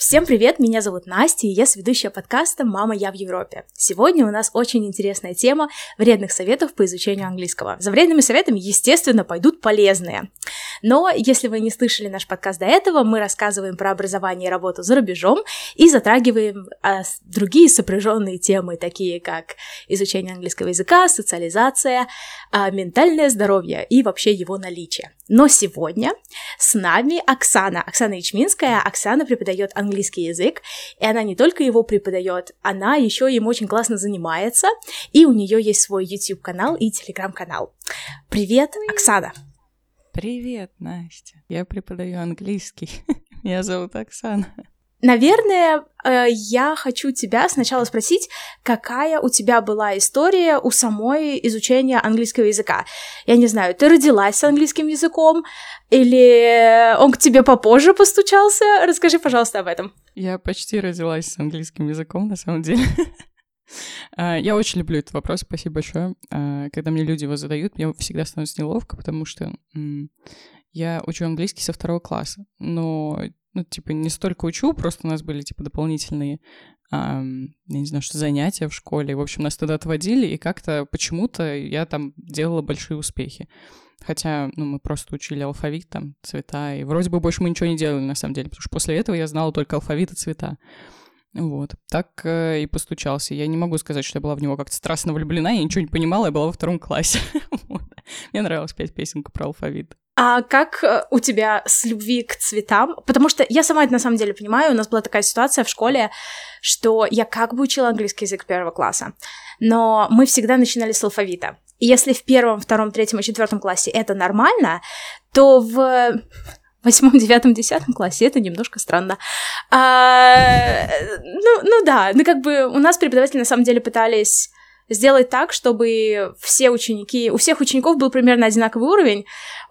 Всем привет, меня зовут Настя, и я соведущая подкаста «Мама, я в Европе». Сегодня у нас очень интересная тема вредных советов по изучению английского. За вредными советами, естественно, пойдут полезные. Но если вы не слышали наш подкаст до этого, мы рассказываем про образование и работу за рубежом и затрагиваем другие сопряженные темы, такие как изучение английского языка, социализация, ментальное здоровье и вообще его наличие. Но сегодня с нами Оксана Ячминская. Оксана преподает английский язык, и она не только его преподает, она еще им очень классно занимается, и у нее есть свой YouTube-канал и Telegram-канал. Привет, Оксана! Привет, Настя. Я преподаю английский. Меня зовут Оксана. Наверное, я хочу тебя сначала спросить, какая у тебя была история у самой изучения английского языка. Я не знаю, ты родилась с английским языком или он к тебе попозже постучался? Расскажи, пожалуйста, об этом. Я почти родилась с английским языком, на самом деле. Я очень люблю этот вопрос, спасибо большое. Когда мне люди его задают, мне всегда становится неловко, потому что я учу английский со 2 класса, но не столько учу, просто у нас были, дополнительные, я не знаю, что занятия в школе. В общем, нас туда отводили, и как-то почему-то я там делала большие успехи. Хотя, мы просто учили алфавит, там, цвета, и вроде бы больше мы ничего не делали, на самом деле, потому что после этого я знала только алфавит и цвета. Вот, так и постучался. Я не могу сказать, что я была в него как-то страстно влюблена, я ничего не понимала, я была во 2 классе. Мне нравилось петь песенку про алфавит. А как у тебя с любви к цветам? Потому что я сама это на самом деле понимаю, у нас была такая ситуация в школе, что я как бы учила английский язык 1 класса, но мы всегда начинали с алфавита. И если в 1, 2, 3 и 4 классе это нормально, то в 8, 9, 10 классе это немножко странно. Да, у нас преподаватели на самом деле пытались сделать так, чтобы у всех учеников был примерно одинаковый уровень,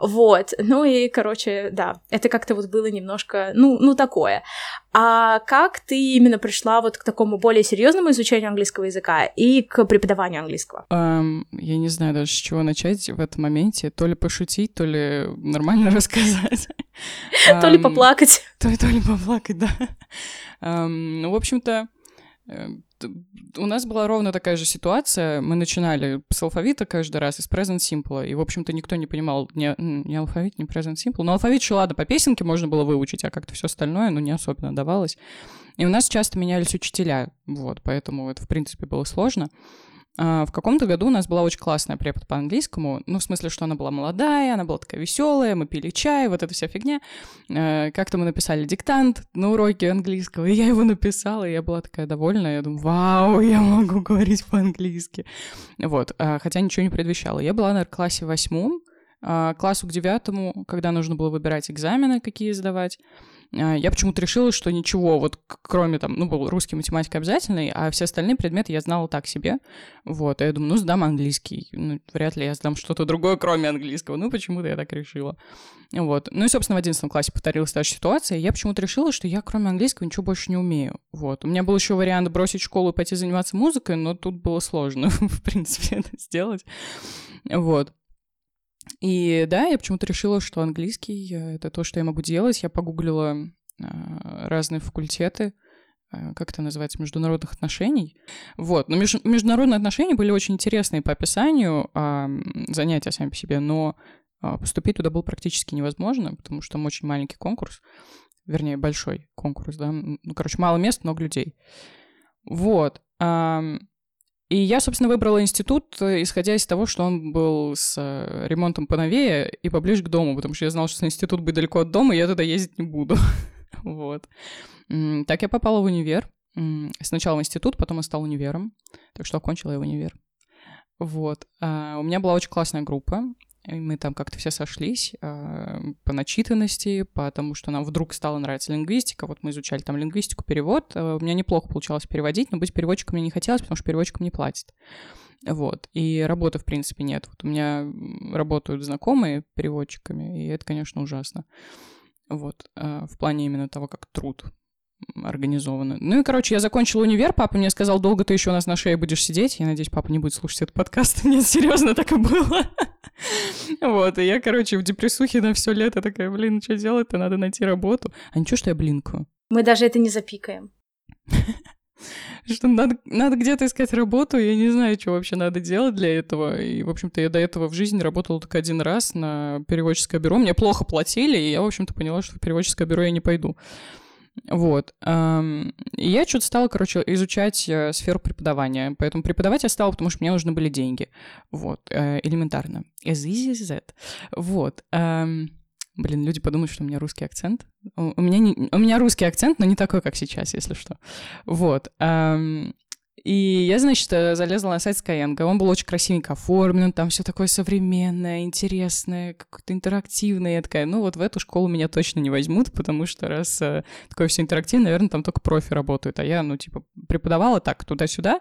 да, это как-то было немножко, такое. А как ты именно пришла к такому более серьезному изучению английского языка и к преподаванию английского? Я не знаю даже, с чего начать в этом моменте, то ли пошутить, то ли нормально рассказать. То ли поплакать. То ли поплакать, да. В общем-то, у нас была ровно такая же ситуация. Мы начинали с алфавита каждый раз, из present simple, и, в общем-то, никто не понимал ни алфавит, ни present simple. Но алфавит еще, ладно, по песенке можно было выучить, а как-то все остальное, не особенно давалось. И у нас часто менялись учителя, поэтому это, в принципе, было сложно. В каком-то году у нас была очень классная препод по английскому, в смысле, что она была молодая, она была такая веселая, мы пили чай, эта вся фигня. Как-то мы написали диктант на уроке английского, и я его написала, и я была такая довольная, я думаю, вау, я могу говорить по-английски. Хотя ничего не предвещало. Я была, наверное, в классе 8, классу к 9, когда нужно было выбирать экзамены, какие сдавать. Я почему-то решила, что ничего, кроме был русский, математика обязательный, а все остальные предметы я знала так себе. Я думаю, сдам английский. Вряд ли я сдам что-то другое, кроме английского. Почему-то я так решила. И, собственно, в 11 классе повторилась та же ситуация, и я почему-то решила, что я, кроме английского, ничего больше не умею. У меня был еще вариант бросить школу и пойти заниматься музыкой, но тут было сложно, в принципе, это сделать. И да, я почему-то решила, что английский — это то, что я могу делать. Я погуглила разные факультеты, как это называется, международных отношений. Но международные отношения были очень интересные по описанию, занятия сами по себе, но поступить туда было практически невозможно, потому что там очень маленький конкурс, вернее, большой конкурс, да, мало мест, много людей. И я, собственно, выбрала институт, исходя из того, что он был с ремонтом поновее и поближе к дому, потому что я знала, что институт будет далеко от дома, и я туда ездить не буду. Так я попала в универ. Сначала в институт, потом я стала универом, так что окончила я универ. У меня была очень классная группа, и мы там как-то все сошлись по начитанности, потому что нам вдруг стала нравиться лингвистика. Мы изучали там лингвистику, перевод. У меня неплохо получалось переводить, но быть переводчиком мне не хотелось, потому что переводчикам не платят. И работы, в принципе, нет. У меня работают знакомые переводчиками, и это, конечно, ужасно. В плане именно того, как труд организовано. Я закончила универ, папа мне сказал, долго ты еще у нас на шее будешь сидеть. Я надеюсь, папа не будет слушать этот подкаст. Нет, серьезно, так и было. И я, в депрессухе на все лето такая, что делать-то, надо найти работу. А ничего, что я блинкаю. Мы даже это не запикаем. Что надо где-то искать работу, я не знаю, что вообще надо делать для этого. И, в общем-то, я до этого в жизни работала только один раз на переводческое бюро. Мне плохо платили, и я, в общем-то, поняла, что в переводческое бюро я не пойду. Вот. И я что-то стала, изучать сферу преподавания. Поэтому преподавать я стала, потому что мне нужны были деньги. Вот. Элементарно. As easy as that. Вот. Блин, люди подумают, что у меня русский акцент. У меня русский акцент, но не такой, как сейчас, если что. Вот. И я, значит, залезла на сайт Skyeng. Он был очень красивенько оформлен, там все такое современное, интересное, какое-то интерактивное. Я такая, ну вот в эту школу меня точно не возьмут, потому что раз такое все интерактивное, наверное, там только профи работают. А я, преподавала так, туда-сюда,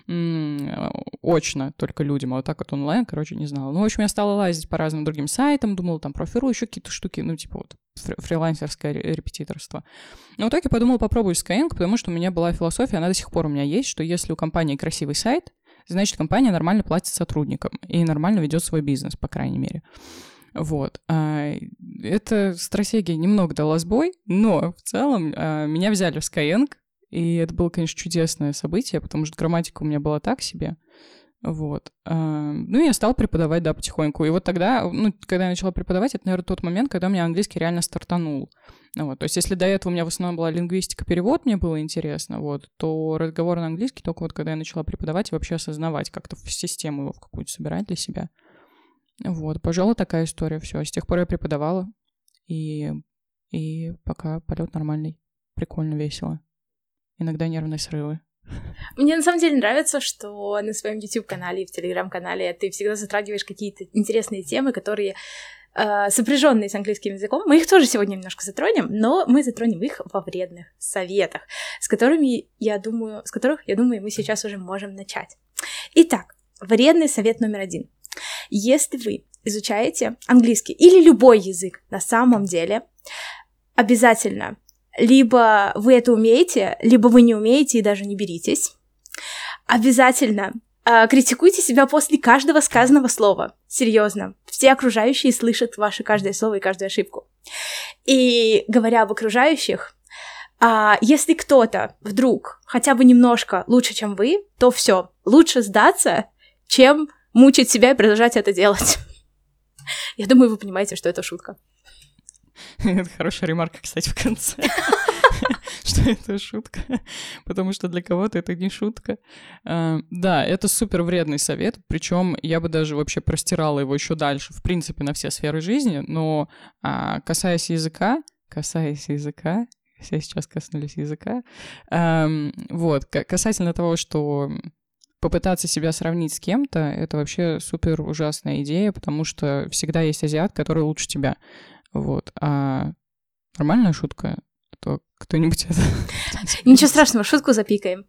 очно только людям, а вот так вот онлайн, не знала. Ну, в общем, я стала лазить по разным другим сайтам, думала, там, профирую еще какие-то штуки, фрилансерское репетиторство. Но в итоге подумала, попробую Skyeng, потому что у меня была философия, она до сих пор у меня есть, что если у компании красивый сайт, значит, компания нормально платит сотрудникам и нормально ведет свой бизнес, по крайней мере. Вот. Эта стратегия немного дала сбой, но в целом меня взяли в Skyeng, и это было, конечно, чудесное событие, потому что грамматика у меня была так себе. Вот. Ну, и я стала преподавать, да, потихоньку. И вот тогда, когда я начала преподавать, это, наверное, тот момент, когда у меня английский реально стартанул. Вот. То есть если до этого у меня в основном была лингвистика, перевод, мне было интересно, вот, то разговор на английский только вот когда я начала преподавать и вообще осознавать, как-то в систему его в какую-то собирать для себя. Вот. Пожалуй, такая история. Все. С тех пор я преподавала, и пока полет нормальный. Прикольно, весело. Иногда нервные срывы. Мне на самом деле нравится, что на своем YouTube-канале и в Telegram-канале ты всегда затрагиваешь какие-то интересные темы, которые сопряженные с английским языком. Мы их тоже сегодня немножко затронем, но мы затронем их во вредных советах, с которых, я думаю, мы сейчас уже можем начать. Итак, вредный совет номер 1. Если вы изучаете английский или любой язык на самом деле, обязательно либо вы это умеете, либо вы не умеете и даже не беритесь. Обязательно критикуйте себя после каждого сказанного слова. Серьезно. Все окружающие слышат ваше каждое слово и каждую ошибку. И говоря об окружающих, если кто-то вдруг хотя бы немножко лучше, чем вы, то все, лучше сдаться, чем мучить себя и продолжать это делать. Я думаю, вы понимаете, что это шутка. Это хорошая ремарка, кстати, в конце, что это шутка, потому что для кого-то это не шутка. Да, это супер вредный совет, причем я бы даже вообще простирала его еще дальше, в принципе, на все сферы жизни, но касаясь языка, все сейчас коснулись языка, вот, касательно того, что попытаться себя сравнить с кем-то, это вообще супер ужасная идея, потому что всегда есть азиат, который лучше тебя. Вот. А нормальная шутка? Кто-нибудь это... Ничего страшного, шутку запикаем.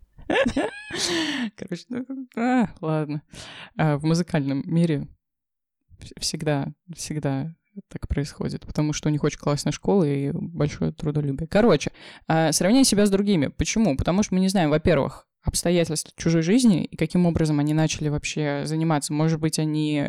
Короче, ладно. В музыкальном мире всегда так происходит, потому что у них очень классная школа и большое трудолюбие. Короче, сравнение себя с другими. Почему? Потому что мы не знаем, во-первых, обстоятельств чужой жизни и каким образом они начали вообще заниматься. Может быть, у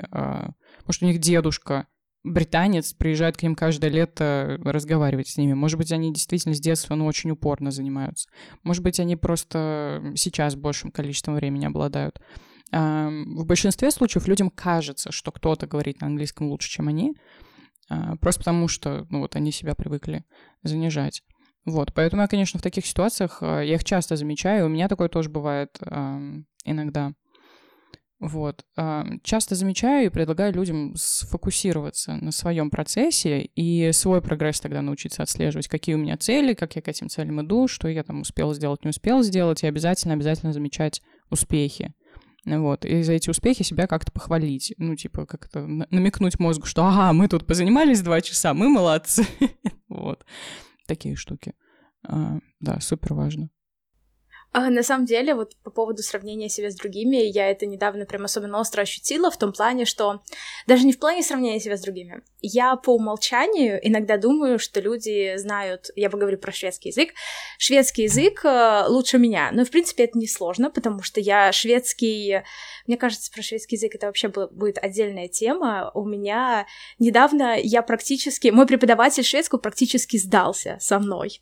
них дедушка британец, приезжает к ним каждое лето разговаривать с ними. Может быть, они действительно с детства, очень упорно занимаются. Может быть, они просто сейчас большим количеством времени обладают. В большинстве случаев людям кажется, что кто-то говорит на английском лучше, чем они, просто потому что, они себя привыкли занижать. Вот, поэтому я, конечно, в таких ситуациях, я их часто замечаю, у меня такое тоже бывает иногда. Вот. Часто замечаю и предлагаю людям сфокусироваться на своем процессе и свой прогресс тогда научиться отслеживать, какие у меня цели, как я к этим целям иду, что я там успел сделать, не успел сделать, и обязательно замечать успехи. Вот. И за эти успехи себя как-то похвалить. Как-то намекнуть мозгу, что ага, мы тут позанимались 2 часа, мы молодцы. Вот. Такие штуки. Да, супер важно. На самом деле, вот по поводу сравнения себя с другими, я это недавно прям особенно остро ощутила в том плане, что даже не в плане сравнения себя с другими. Я по умолчанию иногда думаю, что люди знают, я поговорю про шведский язык лучше меня. Но, в принципе, это несложно, потому что я шведский... Мне кажется, про шведский язык это вообще будет отдельная тема. У меня недавно мой преподаватель шведского практически сдался со мной.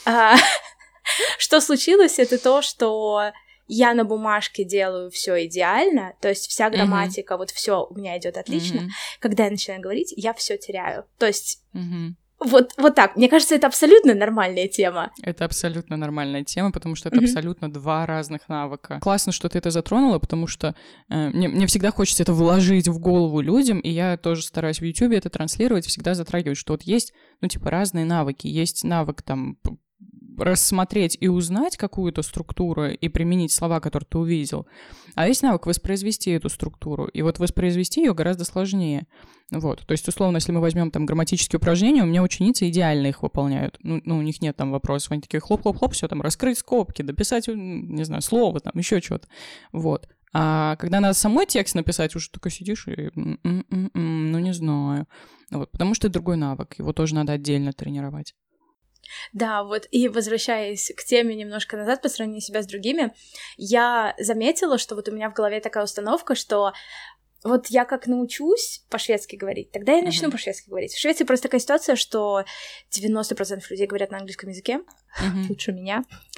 Что случилось, это то, что я на бумажке делаю все идеально, то есть вся грамматика, вот все у меня идет отлично. Когда я начинаю говорить, я все теряю. То есть вот так. Мне кажется, это абсолютно нормальная тема. Это абсолютно нормальная тема, потому что это абсолютно два разных навыка. Классно, что ты это затронула, потому что мне всегда хочется это вложить в голову людям, и я тоже стараюсь в YouTube это транслировать, всегда затрагивать, что вот есть, разные навыки. Есть навык там рассмотреть и узнать какую-то структуру и применить слова, которые ты увидел. А есть навык воспроизвести эту структуру. И вот воспроизвести ее гораздо сложнее. Вот. То есть, условно, если мы возьмем там грамматические упражнения, у меня ученицы идеально их выполняют. У них нет там вопросов. Они такие хлоп-хлоп-хлоп, все там, раскрыть скобки, дописать, не знаю, слово, там, еще что-то. Вот. А когда надо самой текст написать, уже только сидишь и не знаю. Вот. Потому что это другой навык. Его тоже надо отдельно тренировать. Да, вот, и возвращаясь к теме немножко назад, по сравнению себя с другими, я заметила, что вот у меня в голове такая установка, что вот я как научусь по-шведски говорить, тогда я начну по-шведски говорить. В Швеции просто такая ситуация, что 90% людей говорят на английском языке, лучше меня.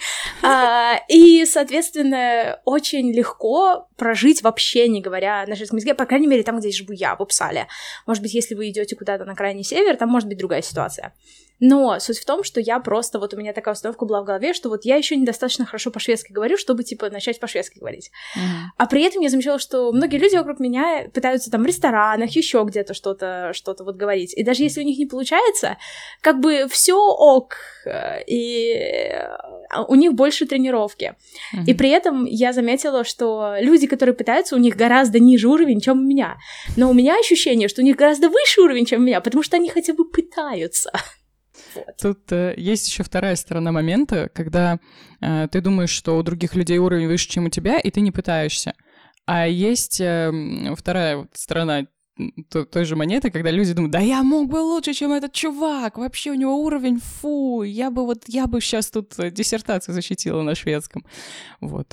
И, соответственно, очень легко прожить вообще не говоря на шведском языке, по крайней мере, там, где живу я, в Упсале. Может быть, если вы идете куда-то на крайний север, там может быть другая ситуация. Но суть в том, что я просто, вот у меня такая установка была в голове, что вот я еще недостаточно хорошо по-шведски говорю, чтобы, начать по-шведски говорить. А при этом я замечала, что многие люди вокруг меня пытаются там в ресторанах, еще где-то что-то вот говорить. И даже если у них не получается, как бы все ок, и у них больше тренировки. И при этом я заметила, что люди, которые пытаются, у них гораздо ниже уровень, чем у меня. Но у меня ощущение, что у них гораздо выше уровень, чем у меня, потому что они хотя бы пытаются. Вот. Тут есть еще вторая сторона момента, когда ты думаешь, что у других людей уровень выше, чем у тебя, и ты не пытаешься. А есть вторая сторона той же монеты, когда люди думают, да я мог бы лучше, чем этот чувак, вообще у него уровень, фу, я бы сейчас тут диссертацию защитила на шведском. Вот.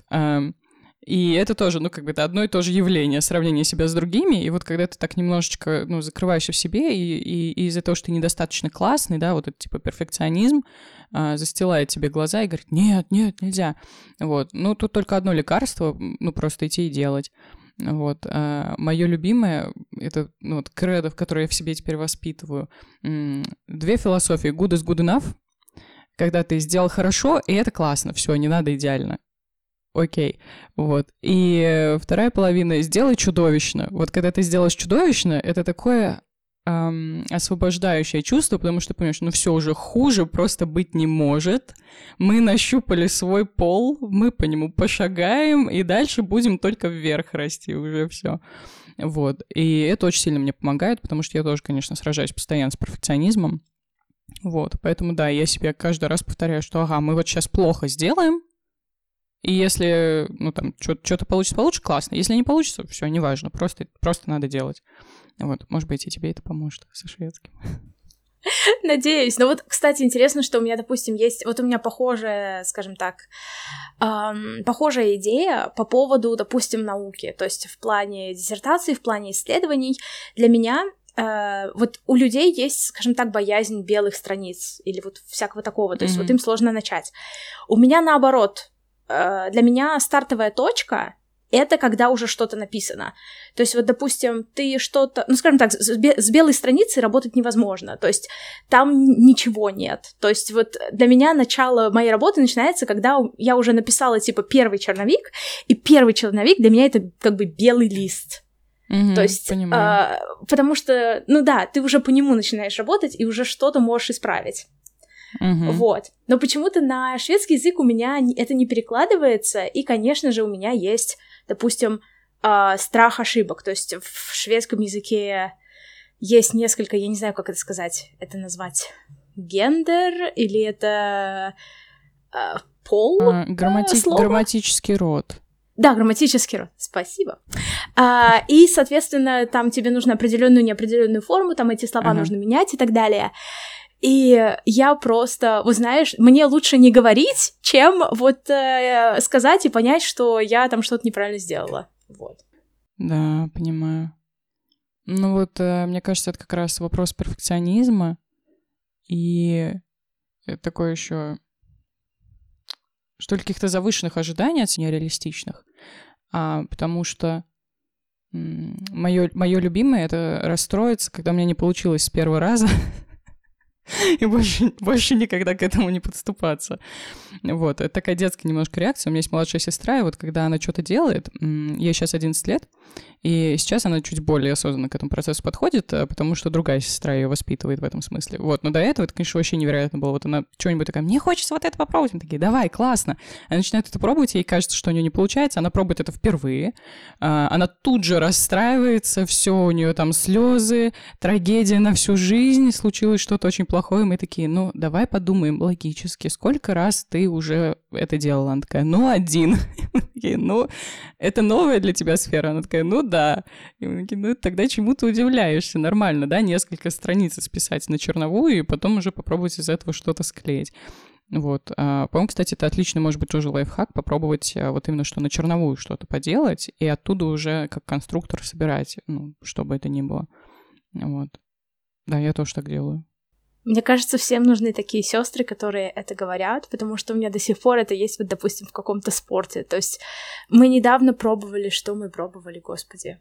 И это тоже, это одно и то же явление, сравнение себя с другими, и вот когда ты так немножечко, закрываешься в себе, и из-за того, что ты недостаточно классный, да, вот этот, перфекционизм застилает тебе глаза и говорит, нет, нельзя. Вот. Тут только одно лекарство, просто идти и делать. Вот. Мое любимое, это, кредо, в которое я в себе теперь воспитываю. Две философии. Good is good enough, когда ты сделал хорошо, и это классно, все, не надо идеально. Окей, вот. И вторая половина — сделай чудовищно. Вот когда ты сделаешь чудовищно, это такое освобождающее чувство, потому что, понимаешь, все уже хуже просто быть не может. Мы нащупали свой пол, мы по нему пошагаем, и дальше будем только вверх расти, уже все. Вот. И это очень сильно мне помогает, потому что я тоже, конечно, сражаюсь постоянно с перфекционизмом. Вот. Поэтому, да, я себе каждый раз повторяю, что, мы вот сейчас плохо сделаем, и если, что-то получится, классно. Если не получится, все, неважно, просто надо делать. Вот, может быть, и тебе это поможет со шведским. Надеюсь. Но вот, кстати, интересно, что у меня, допустим, есть... Вот у меня похожая, скажем так, похожая идея по поводу, допустим, науки. То есть в плане диссертации, в плане исследований. Для меня... вот у людей есть, скажем так, боязнь белых страниц или вот всякого такого. То есть вот им сложно начать. У меня наоборот... Для меня стартовая точка — это когда уже что-то написано. То есть вот, допустим, ты что-то... скажем так, с белой страницей работать невозможно. То есть там ничего нет. То есть вот для меня начало моей работы начинается, когда я уже написала, первый черновик, и первый черновик для меня — это как бы белый лист. То есть, потому что, ты уже по нему начинаешь работать, и уже что-то можешь исправить. Вот. Но почему-то на шведский язык у меня это не перекладывается, и, конечно же, у меня есть, допустим, страх ошибок. То есть в шведском языке есть несколько, я не знаю, как это сказать, это назвать гендер, или это пол слова. Грамматический род. Да, грамматический род, спасибо. И, соответственно, там тебе нужно определенную, неопределенную форму, там эти слова нужно менять и так далее. И я просто, вот знаешь, мне лучше не говорить, чем вот сказать и понять, что я там что-то неправильно сделала. Вот. Да, понимаю. Ну вот, мне кажется, это как раз вопрос перфекционизма и такое еще, что ли, каких-то завышенных ожиданий от нереалистичных, потому что мое любимое — это расстроиться, когда у меня не получилось с первого раза, и больше никогда к этому не подступаться. Вот, это такая детская немножко реакция. У меня есть младшая сестра, и вот когда она что-то делает, ей сейчас 11 лет, и сейчас она чуть более осознанно к этому процессу подходит, потому что другая сестра ее воспитывает в этом смысле. Вот, но до этого это, конечно, вообще невероятно было. Вот она что-нибудь такая: мне хочется вот это попробовать. Мы такие: давай, классно. Она начинает это пробовать, ей кажется, что у нее не получается, она пробует это впервые, она тут же расстраивается, все, у нее там слезы, трагедия на всю жизнь, случилось что-то очень плохое. Мы такие: ну, давай подумаем логически, сколько раз ты уже это делала? Она такая: ну, 1. Мы такие: ну, это новая для тебя сфера? Она такая: ну, да. И мы такие: ну, тогда чему ты удивляешься? Нормально, да, несколько страниц списать на черновую и потом уже попробовать из этого что-то склеить. Вот. По-моему, кстати, это отлично, может быть, тоже лайфхак, попробовать вот именно что на черновую что-то поделать и оттуда уже как конструктор собирать, ну, что бы это ни было. Вот. Да, я тоже так делаю. Мне кажется, всем нужны такие сестры, которые это говорят, потому что у меня до сих пор это есть, вот, допустим, в каком-то спорте. То есть мы недавно пробовали, что мы пробовали, господи?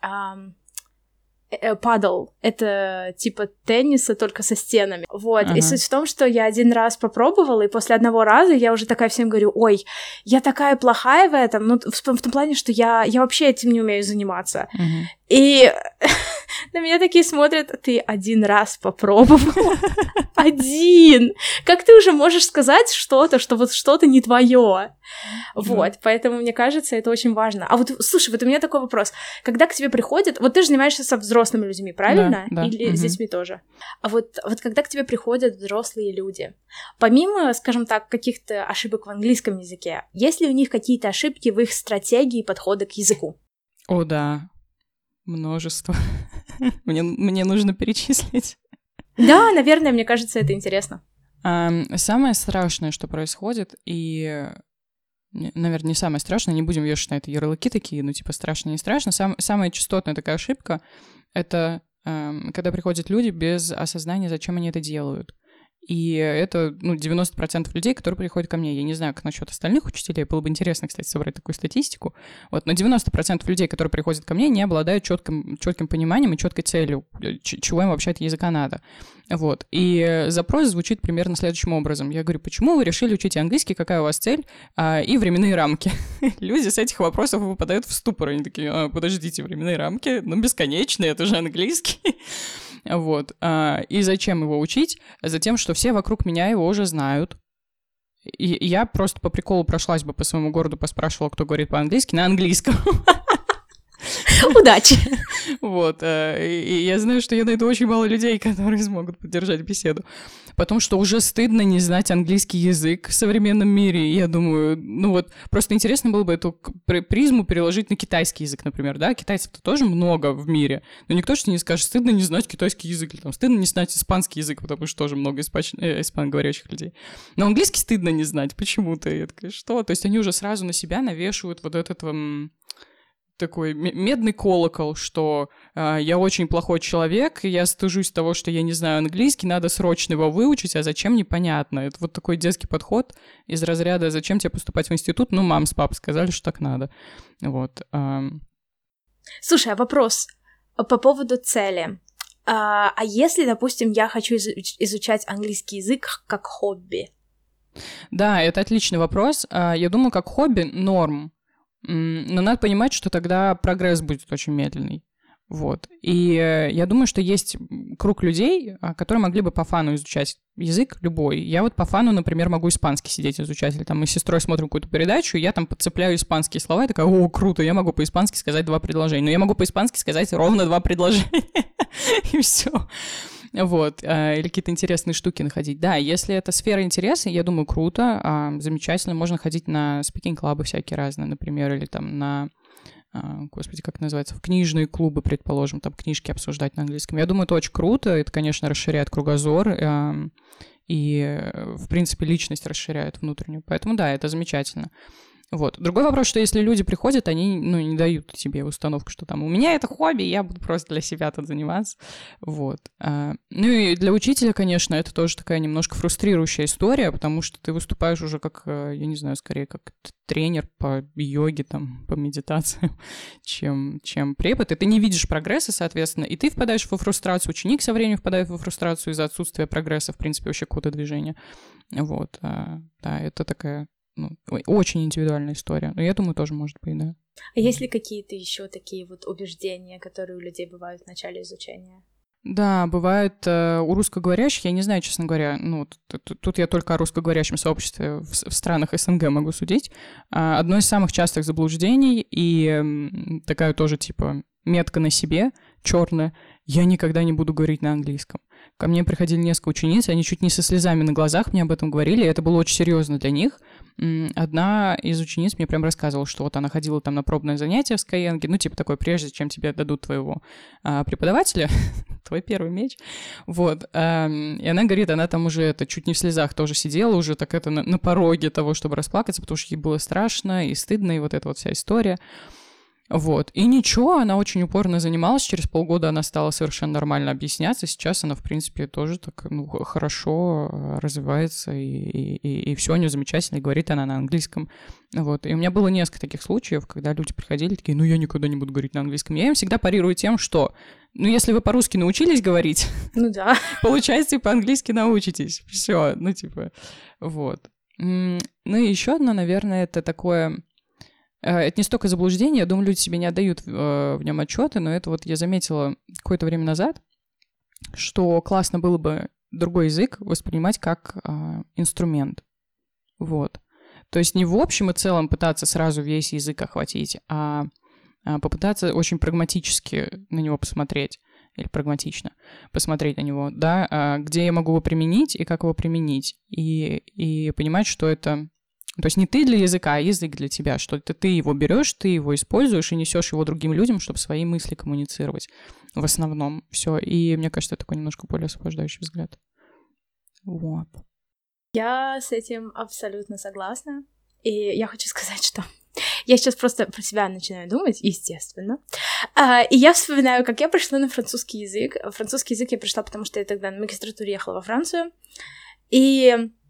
Падл. Это типа тенниса, только со стенами. Вот. И суть в том, что я один раз попробовала, и после одного раза я уже такая всем говорю: ой, я такая плохая в этом, ну, в том плане, что я вообще этим не умею заниматься. И на меня такие смотрят: ты один раз попробовала? Один! Как ты уже можешь сказать что-то, что вот что-то не твое? Вот, поэтому, мне кажется, это очень важно. А вот, слушай, вот у меня такой вопрос. Когда к тебе приходят... Вот ты же занимаешься со взрослыми людьми, правильно? Да. Или с детьми тоже? А вот когда к тебе приходят взрослые люди, помимо, скажем так, каких-то ошибок в английском языке, есть ли у них какие-то ошибки в их стратегии подхода к языку? О, да. Множество. Мне нужно перечислить. Да, наверное, мне кажется, это интересно. Самое страшное, что происходит, и, наверное, не самое страшное, не будем вешать на это ярлыки такие, ну, типа, страшно, не страшно. Самая частотная такая ошибка — это когда приходят люди без осознания, зачем они это делают. И это, 90% людей, которые приходят ко мне. Я не знаю, как насчет остальных учителей. Было бы интересно, кстати, собрать такую статистику. Вот, но 90% людей, которые приходят ко мне, не обладают четким пониманием и четкой целью, чего им вообще от языка надо. Вот. И запрос звучит примерно следующим образом. Я говорю: почему вы решили учить английский, какая у вас цель и временные рамки? Люди с этих вопросов выпадают в ступор. Они такие: подождите, временные рамки? Ну, бесконечные, это же английский. Вот. И зачем его учить? Затем, что все вокруг меня его уже знают. И я просто по приколу прошлась бы по своему городу, поспрашивала, кто говорит по-английски, на английском. Удачи! Вот. И я знаю, что я найду очень мало людей, которые смогут поддержать беседу. Потому что уже стыдно не знать английский язык в современном мире. И я думаю, просто интересно было бы эту призму переложить на китайский язык, например, да? Китайцев-то тоже много в мире. Но никто же не скажет: стыдно не знать китайский язык, или там стыдно не знать испанский язык, потому что тоже много испаноговорящих людей. Но английский стыдно не знать почему-то. Я такая: что? То есть они уже сразу на себя навешивают вот этот такой медный колокол, что я очень плохой человек, я стыжусь того, что я не знаю английский, надо срочно его выучить, а зачем — непонятно. Это вот такой детский подход из разряда: зачем тебе поступать в институт? Ну, мама с папой сказали, что так надо. Вот. Слушай, а вопрос по поводу цели. А если, допустим, я хочу изучать английский язык как хобби? Да, это отличный вопрос. Я думаю, как хобби норм. Но надо понимать, что тогда прогресс будет очень медленный. Вот. И я думаю, что есть круг людей, которые могли бы по фану изучать язык любой. Я вот по фану, например, могу испанский сидеть изучать. Или там мы с сестрой смотрим какую-то передачу, и я там подцепляю испанские слова, и такая: о, круто, я могу по-испански сказать 2 предложения. Но я могу по-испански сказать ровно 2 предложения. И все. Вот, или какие-то интересные штуки находить. Да, если это сфера интереса, я думаю, круто, замечательно. Можно ходить на спикинг-клабы всякие разные, например, или там на, господи, как называется, в книжные клубы, предположим, там книжки обсуждать на английском. Я думаю, это очень круто, это, конечно, расширяет кругозор, и, в принципе, личность расширяет внутреннюю. Поэтому, да, это замечательно. Вот. Другой вопрос, что если люди приходят, они, не дают тебе установку, что там у меня это хобби, я буду просто для себя тут заниматься. Вот. Ну и для учителя, конечно, это тоже такая немножко фрустрирующая история, потому что ты выступаешь уже как, я не знаю, скорее как тренер по йоге, там, по медитации, чем препод, и ты не видишь прогресса, соответственно, и ты впадаешь во фрустрацию, ученик со временем впадает во фрустрацию из-за отсутствия прогресса, в принципе, вообще какого-то движения. Вот. Да, это такая... очень индивидуальная история. Но я думаю, тоже может быть, да. А есть ли какие-то еще такие вот убеждения, которые у людей бывают в начале изучения? Да, бывает у русскоговорящих, я не знаю, честно говоря, тут я только о русскоговорящем сообществе в странах СНГ могу судить. Одно из самых частых заблуждений и такая тоже типа метка на себе, черная, я никогда не буду говорить на английском. Ко мне приходили несколько учениц, они чуть не со слезами на глазах мне об этом говорили, и это было очень серьезно для них. Одна из учениц мне прям рассказывала, что вот она ходила там на пробное занятие в Skyeng, типа такое, прежде чем тебе дадут твоего преподавателя, твой первый меч, вот, и она говорит, она там уже чуть не в слезах тоже сидела, уже так на пороге того, чтобы расплакаться, потому что ей было страшно и стыдно, и вот эта вот вся история. Вот. И ничего, она очень упорно занималась, через полгода она стала совершенно нормально объясняться, сейчас она, в принципе, тоже так, хорошо развивается, и все у нее замечательно, и говорит она на английском. Вот. И у меня было несколько таких случаев, когда люди приходили, такие, я никогда не буду говорить на английском. Я им всегда парирую тем, что, если вы по-русски научились говорить, да, получается, и по-английски научитесь. Все, вот. Ну и еще одно, наверное, это такое... Это не столько заблуждение, я думаю, люди себе не отдают в нем отчеты, но это вот я заметила какое-то время назад, что классно было бы другой язык воспринимать как инструмент. Вот. То есть не в общем и целом пытаться сразу весь язык охватить, а попытаться очень прагматически на него посмотреть, или прагматично посмотреть на него, да, где я могу его применить и как его применить, и понимать, что это... То есть не ты для языка, а язык для тебя, что это ты его берешь, ты его используешь и несешь его другим людям, чтобы свои мысли коммуницировать. В основном все. И мне кажется, это такой немножко более освобождающий взгляд. Вот. Я с этим абсолютно согласна. И я хочу сказать, что я сейчас просто про себя начинаю думать, естественно. И я вспоминаю, как я пришла на французский язык. Французский язык я пришла, потому что я тогда на магистратуре ехала во Францию. И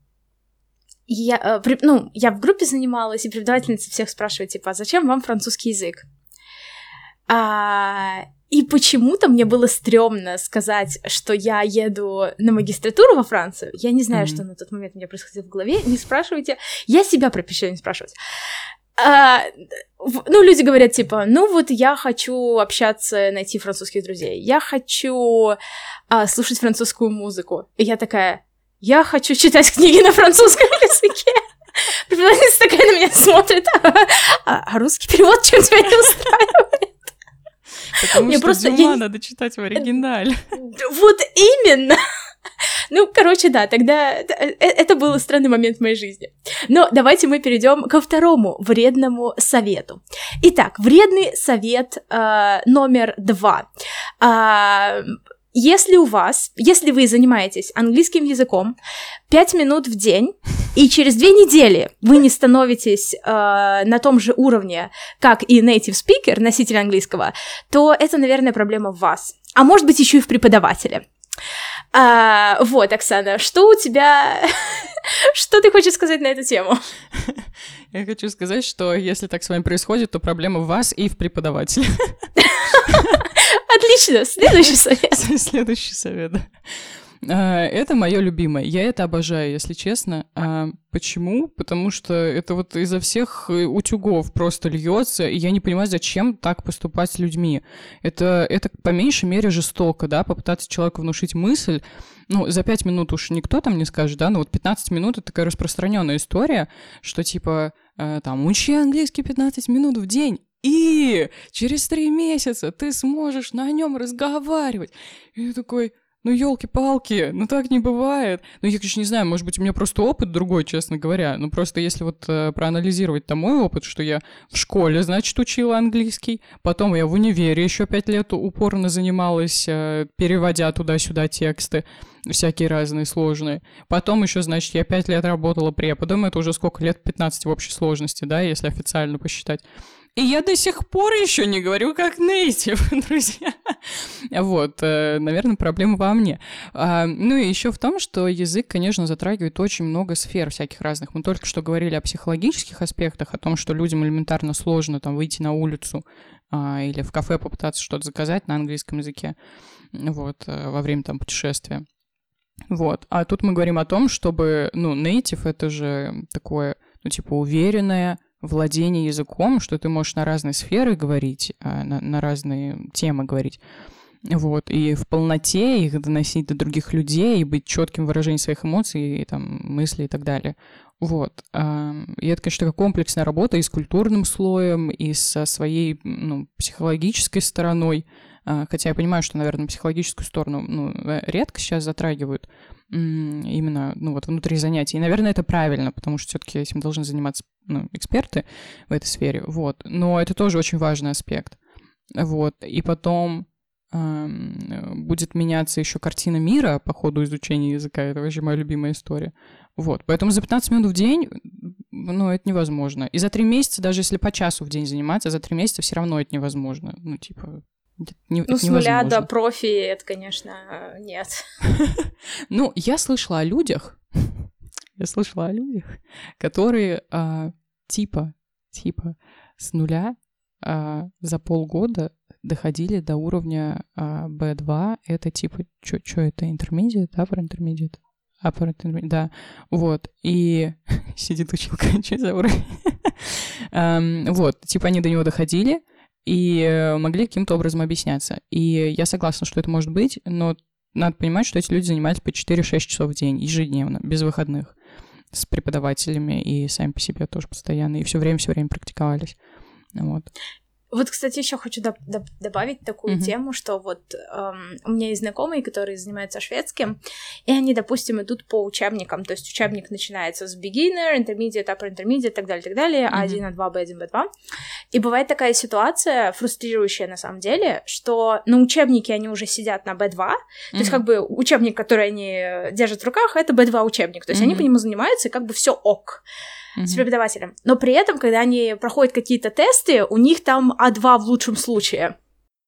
я в группе занималась, и преподавательница всех спрашивает, типа, а зачем вам французский язык? И почему-то мне было стрёмно сказать, что я еду на магистратуру во Францию. Я не знаю, что на тот момент у меня происходило в голове. Не спрашивайте. Я себя пропишу, не спрашивать. Люди говорят, типа, я хочу общаться, найти французских друзей. Я хочу слушать французскую музыку. И я такая... Я хочу читать книги на французском языке. Преподавательница такая на меня смотрит. А русский перевод чем тебя не устраивает? Потому что Дюма надо читать в оригинале. Вот именно. Да, тогда это был странный момент в моей жизни. Но давайте мы перейдем ко второму вредному совету. Итак, вредный совет номер 2. Если вы занимаетесь английским языком 5 минут в день, и через 2 недели вы не становитесь на том же уровне, как и native speaker, носитель английского, то это, наверное, проблема в вас. А может быть, еще и в преподавателе. Вот, Оксана, что у тебя... Что ты хочешь сказать на эту тему? Я хочу сказать, что если так с вами происходит, то проблема в вас и в преподавателе. Отлично, следующий совет. Следующий совет, да. Это мое любимое. Я это обожаю, если честно. Почему? Потому что это вот изо всех утюгов просто льется, и я не понимаю, зачем так поступать с людьми. Это по меньшей мере жестоко, да, попытаться человеку внушить мысль. За 5 минут уж никто там не скажет, да, 15 минут — это такая распространенная история, что типа учи английский 15 минут в день, и через 3 месяца ты сможешь на нем разговаривать. И я такой... ну, ёлки-палки, ну, так не бывает. Ну, я, конечно, не знаю, может быть, у меня просто опыт другой, честно говоря. Ну, просто если вот проанализировать там мой опыт, что я в школе, значит, учила английский, потом я в универе еще 5 лет упорно занималась, переводя туда-сюда тексты, всякие разные сложные. Потом еще, значит, я 5 лет работала преподом, это уже сколько лет? 15 в общей сложности, да, если официально посчитать. И я до сих пор еще не говорю как нейтив, друзья. Вот, наверное, проблема во мне. Ну и еще в том, что язык, конечно, затрагивает очень много сфер всяких разных. Мы только что говорили о психологических аспектах, о том, что людям элементарно сложно там выйти на улицу или в кафе попытаться что-то заказать на английском языке, вот, во время там путешествия. Вот, а тут мы говорим о том, чтобы, ну, native — это же такое, ну, типа, уверенное владение языком, что ты можешь на разные сферы говорить, на разные темы говорить, вот, и в полноте их доносить до других людей, и быть четким в выражении своих эмоций, и, там, мыслей и так далее. Вот. И это, конечно, такая комплексная работа и с культурным слоем, и со своей, ну, психологической стороной. Хотя я понимаю, что, наверное, психологическую сторону, ну, редко сейчас затрагивают именно, ну, вот внутри занятий. И, наверное, это правильно, потому что все-таки этим должны заниматься, ну, эксперты в этой сфере. Вот. Но это тоже очень важный аспект. Вот. И потом будет меняться еще картина мира по ходу изучения языка. Это вообще моя любимая история. Вот. Поэтому за 15 минут в день, ну, это невозможно. И за 3 месяца, даже если по часу в день заниматься, за 3 месяца все равно это невозможно. Ну, типа... Ну, с нуля до профи это, конечно, нет. Ну, я слышала о людях, которые типа с нуля за полгода доходили до уровня B2. Это типа, что это, intermediate, upper intermediate? Upper intermediate, да. Вот. И сидит училка, что за уровень? Вот, типа они до него доходили, и могли каким-то образом объясняться. И я согласна, что это может быть, но надо понимать, что эти люди занимались по 4-6 часов в день, ежедневно, без выходных, с преподавателями и сами по себе тоже постоянно, и все время практиковались. Вот. Вот, кстати, еще хочу добавить такую тему, что вот у меня есть знакомые, которые занимаются шведским, и они, допустим, идут по учебникам, то есть учебник начинается с beginner, intermediate, upper intermediate, так далее, А1, А2, B1, B2. И бывает такая ситуация, фрустрирующая на самом деле, что на учебнике они уже сидят на B2, то есть как бы учебник, который они держат в руках, это B2 учебник, то есть они по нему занимаются, и как бы все ок с преподавателем. Но при этом, когда они проходят какие-то тесты, у них там А2 в лучшем случае.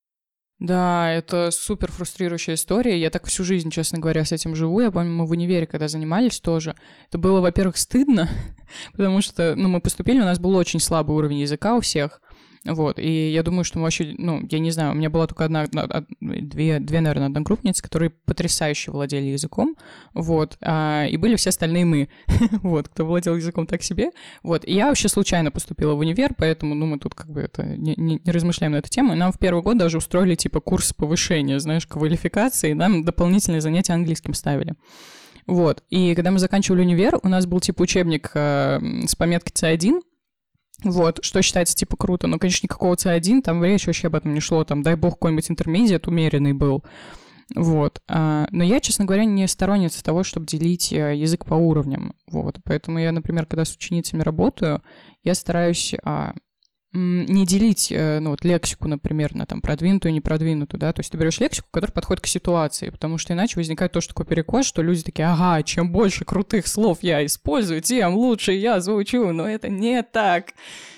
Да, это супер фрустрирующая история. Я так всю жизнь, честно говоря, с этим живу. Я помню, мы в универе, когда занимались тоже, это было, во-первых, стыдно, потому что, ну, мы поступили, у нас был очень слабый уровень языка у всех. Вот, и я думаю, что мы вообще, ну, я не знаю, у меня была только две, наверное, одногруппницы, которые потрясающе владели языком, вот, и были все остальные мы, вот, кто владел языком так себе, вот, и я вообще случайно поступила в универ, поэтому, ну, мы тут как бы это не размышляем на эту тему, и нам в первый год даже устроили, типа, курс повышения, знаешь, квалификации, и нам дополнительные занятия английским ставили. Вот, и когда мы заканчивали универ, у нас был, типа, учебник с пометкой C1, вот, что считается, типа, круто. Но, конечно, никакого C1, там речь вообще об этом не шло. Там, дай бог, какой-нибудь интермедиат умеренный был. Вот. Но я, честно говоря, не сторонница того, чтобы делить язык по уровням. Вот. Поэтому я, например, когда с ученицами работаю, я стараюсь не делить, ну, вот, лексику, например, на там продвинутую и непродвинутую, да, то есть ты берешь лексику, которая подходит к ситуации, потому что иначе возникает тоже такой перекос, что люди такие, ага, чем больше крутых слов я использую, тем лучше я звучу, но это не так,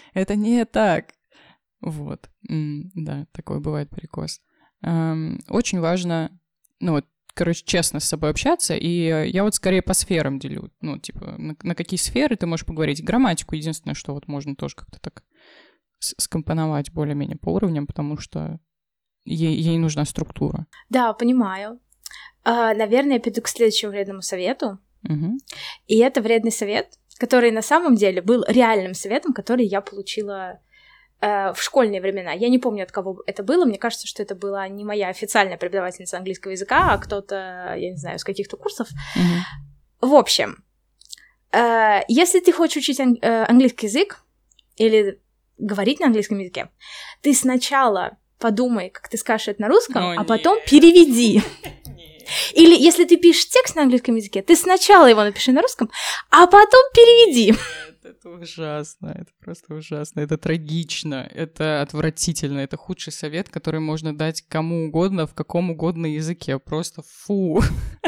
вот, да, такой бывает перекос. Очень важно, ну, вот, короче, честно с собой общаться, и я вот скорее по сферам делю, ну, типа, на какие сферы ты можешь поговорить, грамматику, единственное, что вот можно тоже как-то так скомпоновать более-менее по уровням, потому что ей нужна структура. Да, понимаю. Наверное, я перейду к следующему вредному совету. И это вредный совет, который на самом деле был реальным советом, который я получила в школьные времена. Я не помню, от кого это было. Мне кажется, что это была не моя официальная преподавательница английского языка, а кто-то, я не знаю, с каких-то курсов. В общем, если ты хочешь учить английский язык или говорить на английском языке, ты сначала подумай, как ты скажешь это на русском, а потом переведи. Или если ты пишешь текст на английском языке, ты сначала его напиши на русском, а потом переведи. Это ужасно, это просто ужасно, это трагично, это отвратительно, это худший совет, который можно дать кому угодно, в каком угодно языке, просто фу.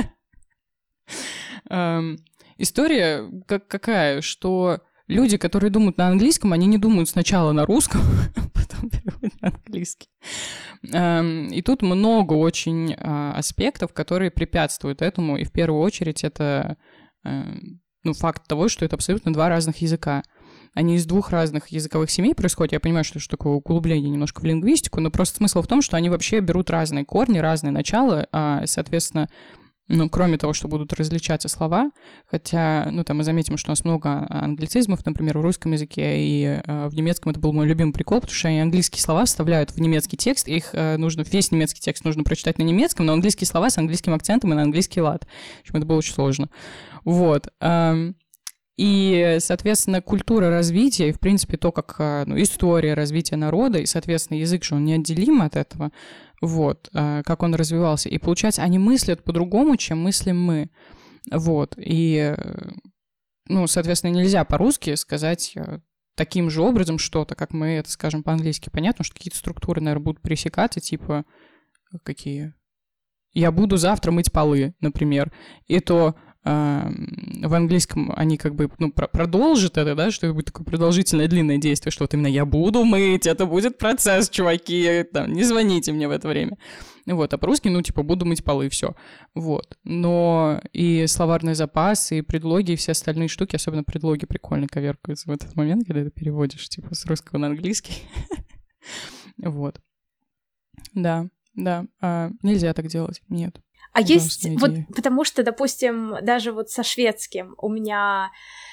История какая, что люди, которые думают на английском, они не думают сначала на русском, а потом переводят на английский. И тут много очень аспектов, которые препятствуют этому, и в первую очередь это факт того, что это абсолютно два разных языка. Они из двух разных языковых семей происходят. Я понимаю, что это такое углубление немножко в лингвистику, но просто смысл в том, что они вообще берут разные корни, разные начала, соответственно, кроме того, что будут различаться слова, хотя, там мы заметим, что у нас много англицизмов, например, в русском языке, и в немецком это был мой любимый прикол, потому что они английские слова вставляют в немецкий текст, весь немецкий текст нужно прочитать на немецком, но английские слова с английским акцентом и на английский лад. В общем, это было очень сложно. Вот. И, соответственно, культура развития, и, в принципе, то, как история развития народа, и, соответственно, язык же, он неотделим от этого, вот, как он развивался. И, получается, они мыслят по-другому, чем мыслим мы. Вот. И, соответственно, нельзя по-русски сказать таким же образом что-то, как мы это скажем по-английски. Понятно, что какие-то структуры, наверное, будут пересекаться, типа, какие? «Я буду завтра мыть полы», например. И то в английском они как бы продолжат это, да, что это будет такое продолжительное длинное действие, что вот именно «я буду мыть», это будет процесс, чуваки, не звоните мне в это время. Вот, а по-русски, буду мыть полы, все. Вот. Но и словарный запас, и предлоги, и все остальные штуки, особенно предлоги прикольно коверкаются в этот момент, когда ты переводишь, с русского на английский. Вот. Да. Нельзя так делать, нет. А есть, потому что, допустим, даже со шведским у меня...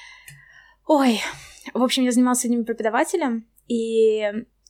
в общем, я занималась с одним преподавателем, и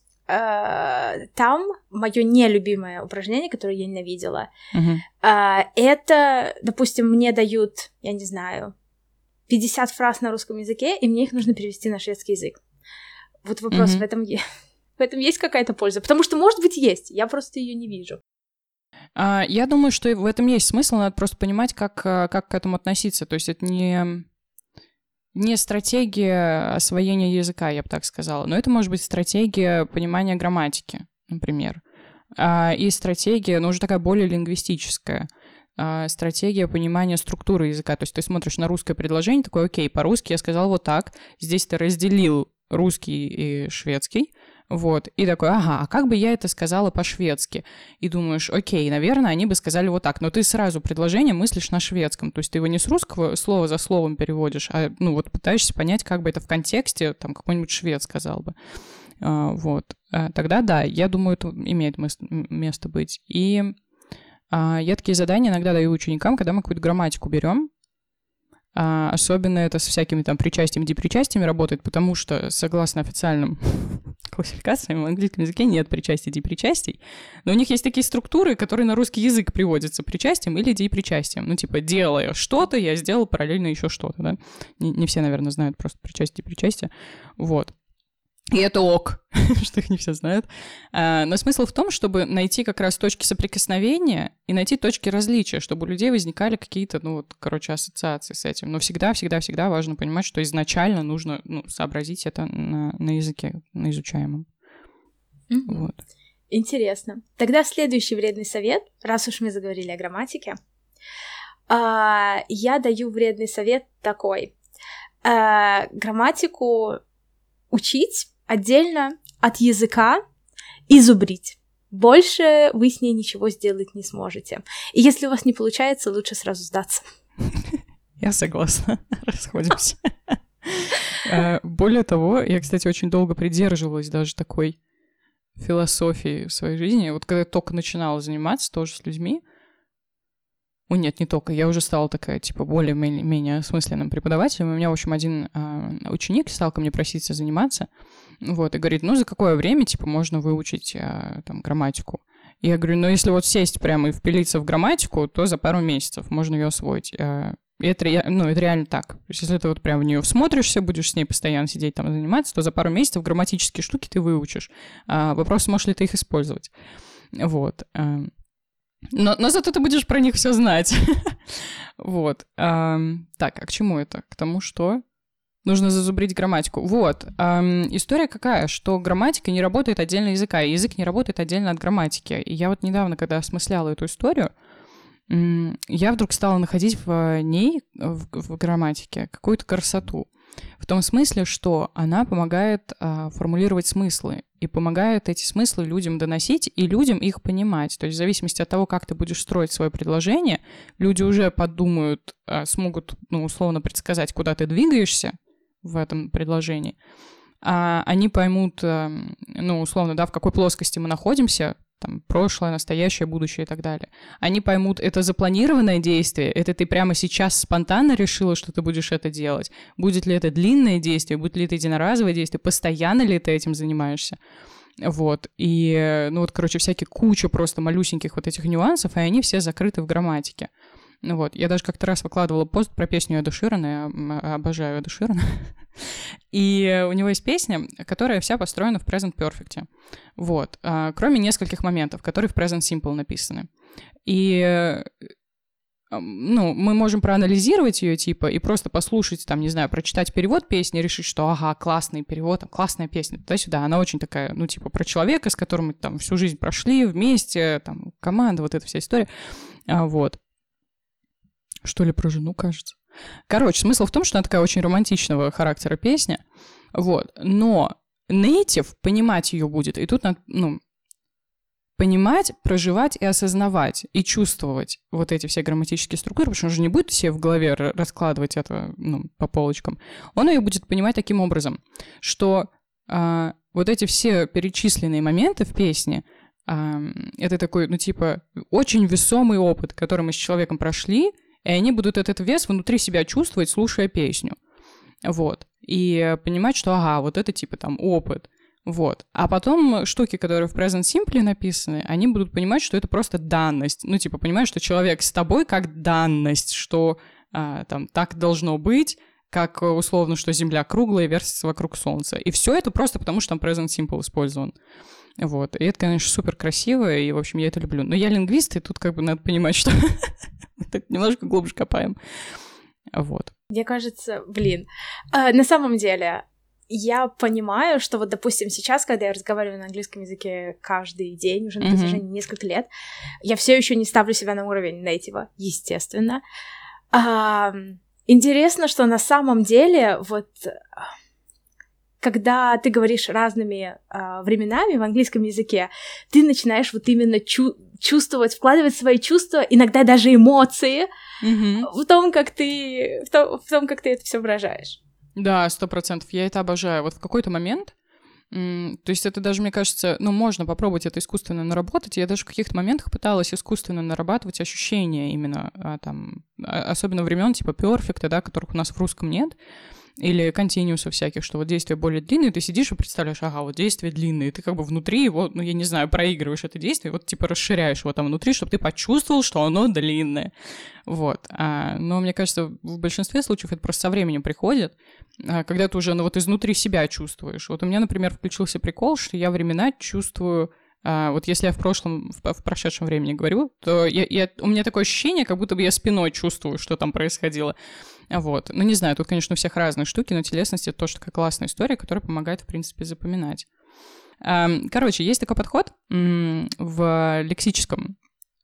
там мое нелюбимое упражнение, которое я ненавидела, это, допустим, мне дают, я не знаю, 50 фраз на русском языке, и мне их нужно перевести на шведский язык. Вот вопрос, в этом есть какая-то польза? Потому что, может быть, есть, я просто ее не вижу. Я думаю, что в этом есть смысл, надо просто понимать, как к этому относиться. То есть это не стратегия освоения языка, я бы так сказала, но это может быть стратегия понимания грамматики, например. И стратегия, уже такая более лингвистическая, стратегия понимания структуры языка. То есть ты смотришь на русское предложение, такой, окей, по-русски я сказал вот так, здесь ты разделил русский и шведский, вот, и такой, а как бы я это сказала по-шведски? И думаешь, окей, наверное, они бы сказали вот так, но ты сразу предложение мыслишь на шведском, то есть ты его не с русского слова за словом переводишь, а, пытаешься понять, как бы это в контексте, какой-нибудь швед сказал бы. Вот, тогда да, я думаю, это имеет место быть. И я такие задания иногда даю ученикам, когда мы какую-то грамматику берем, особенно это с всякими причастиями, депричастиями работает, потому что, согласно официальным классификациям, в английском языке нет причастий, депричастий, но у них есть такие структуры, которые на русский язык приводятся причастием или депричастием. Делая что-то, я сделал параллельно еще что-то, да. Не все, наверное, знают просто причастие, депричастие. Вот. И это ок, что их не все знают. Но смысл в том, чтобы найти как раз точки соприкосновения и найти точки различия, чтобы у людей возникали какие-то, ассоциации с этим. Но всегда важно понимать, что изначально нужно сообразить это на языке, на изучаемом. Вот. Интересно. Тогда следующий вредный совет, раз уж мы заговорили о грамматике, я даю вредный совет такой. Грамматику учить отдельно от языка и зубрить. Больше вы с ней ничего сделать не сможете. И если у вас не получается, лучше сразу сдаться. Я согласна. Расходимся. Более того, я, кстати, очень долго придерживалась даже такой философии в своей жизни. Вот когда я только начинала заниматься тоже с людьми, нет, не только. Я уже стала такая, более-менее осмысленным преподавателем. У меня, в общем, один ученик стал ко мне проситься заниматься, вот, и говорит, за какое время, можно выучить, грамматику? Я говорю, если сесть прямо и впилиться в грамматику, то за пару месяцев можно ее освоить. И это реально так. То есть, если ты прям в нее всмотришься, будешь с ней постоянно сидеть заниматься, то за пару месяцев грамматические штуки ты выучишь. Вопрос, сможешь ли ты их использовать. Вот. Но зато ты будешь про них все знать. Вот. Так, а к чему это? К тому, что нужно зазубрить грамматику. Вот. История какая, что грамматика не работает отдельно от языка, и язык не работает отдельно от грамматики. И я вот недавно, когда осмысляла эту историю, я вдруг стала находить в ней, в грамматике, какую-то красоту. В том смысле, что она помогает формулировать смыслы и помогает эти смыслы людям доносить и людям их понимать. То есть в зависимости от того, как ты будешь строить свое предложение, люди уже подумают, смогут, условно предсказать, куда ты двигаешься в этом предложении. Они поймут, условно, да, в какой плоскости мы находимся, там, прошлое, настоящее, будущее и так далее. Они поймут, это запланированное действие, это ты прямо сейчас спонтанно решила, что ты будешь это делать. Будет ли это длинное действие, будет ли это единоразовое действие, постоянно ли ты этим занимаешься. Вот. И, всякие куча просто малюсеньких вот этих нюансов, и они все закрыты в грамматике. Вот. Я даже как-то раз выкладывала пост про песню Эда Ширана, я обожаю Эда Ширана. И у него есть песня, которая вся построена в Present Perfect. Вот. Кроме нескольких моментов, которые в Present Simple написаны. И мы можем проанализировать ее, и просто послушать, там, не знаю, прочитать перевод песни, решить, что, классный перевод, классная песня, туда-сюда. Она очень такая, про человека, с которым мы там всю жизнь прошли вместе, там, команда, вот эта вся история. Вот. Что ли, про жену, кажется. Короче, смысл в том, что она такая очень романтичного характера песня, вот, но native понимать ее будет, и тут надо, понимать, проживать и осознавать, и чувствовать вот эти все грамматические структуры, потому что он же не будет себе в голове раскладывать это, по полочкам. Он ее будет понимать таким образом, что вот эти все перечисленные моменты в песне, это такой, очень весомый опыт, который мы с человеком прошли, и они будут этот вес внутри себя чувствовать, слушая песню. Вот. И понимать, что, вот это опыт. Вот. А потом штуки, которые в Present Simple написаны, они будут понимать, что это просто данность. Понимаешь, что человек с тобой как данность, что так должно быть, как условно, что Земля круглая и вертится вокруг Солнца. И все это просто потому, что там Present Simple использован. Вот. И это, конечно, супер красиво, и, в общем, я это люблю. Но я лингвист, и тут надо понимать, что так немножко глубже копаем. Вот. Мне кажется, на самом деле, я понимаю, что допустим, сейчас, когда я разговариваю на английском языке каждый день, уже на протяжении нескольких лет, я все еще не ставлю себя на уровень нейтива, естественно. Интересно, что на самом деле, когда ты говоришь разными временами в английском языке, ты начинаешь именно чувствовать, вкладывать свои чувства, иногда даже эмоции в том, как ты это все выражаешь. Да, 100%. Я это обожаю. Вот в какой-то момент, то есть это даже, мне кажется, можно попробовать это искусственно наработать. Я даже в каких-то моментах пыталась искусственно нарабатывать ощущения именно особенно времен типа перфекта, да, которых у нас в русском нет. Или континуусов всяких, что действие более длинное, ты сидишь и представляешь, действие длинное, и ты внутри его, я не знаю, проигрываешь это действие, расширяешь его там внутри, чтобы ты почувствовал, что оно длинное. Вот. Но мне кажется, в большинстве случаев это просто со временем приходит, когда ты уже изнутри себя чувствуешь. Вот у меня, например, включился прикол, что я времена чувствую. Если я в прошедшем времени говорю, то у меня такое ощущение, как будто бы я спиной чувствую, что там происходило. Вот. Не знаю, тут, конечно, у всех разные штуки, но телесность — это тоже такая классная история, которая помогает, в принципе, запоминать. Короче, есть такой подход в лексическом,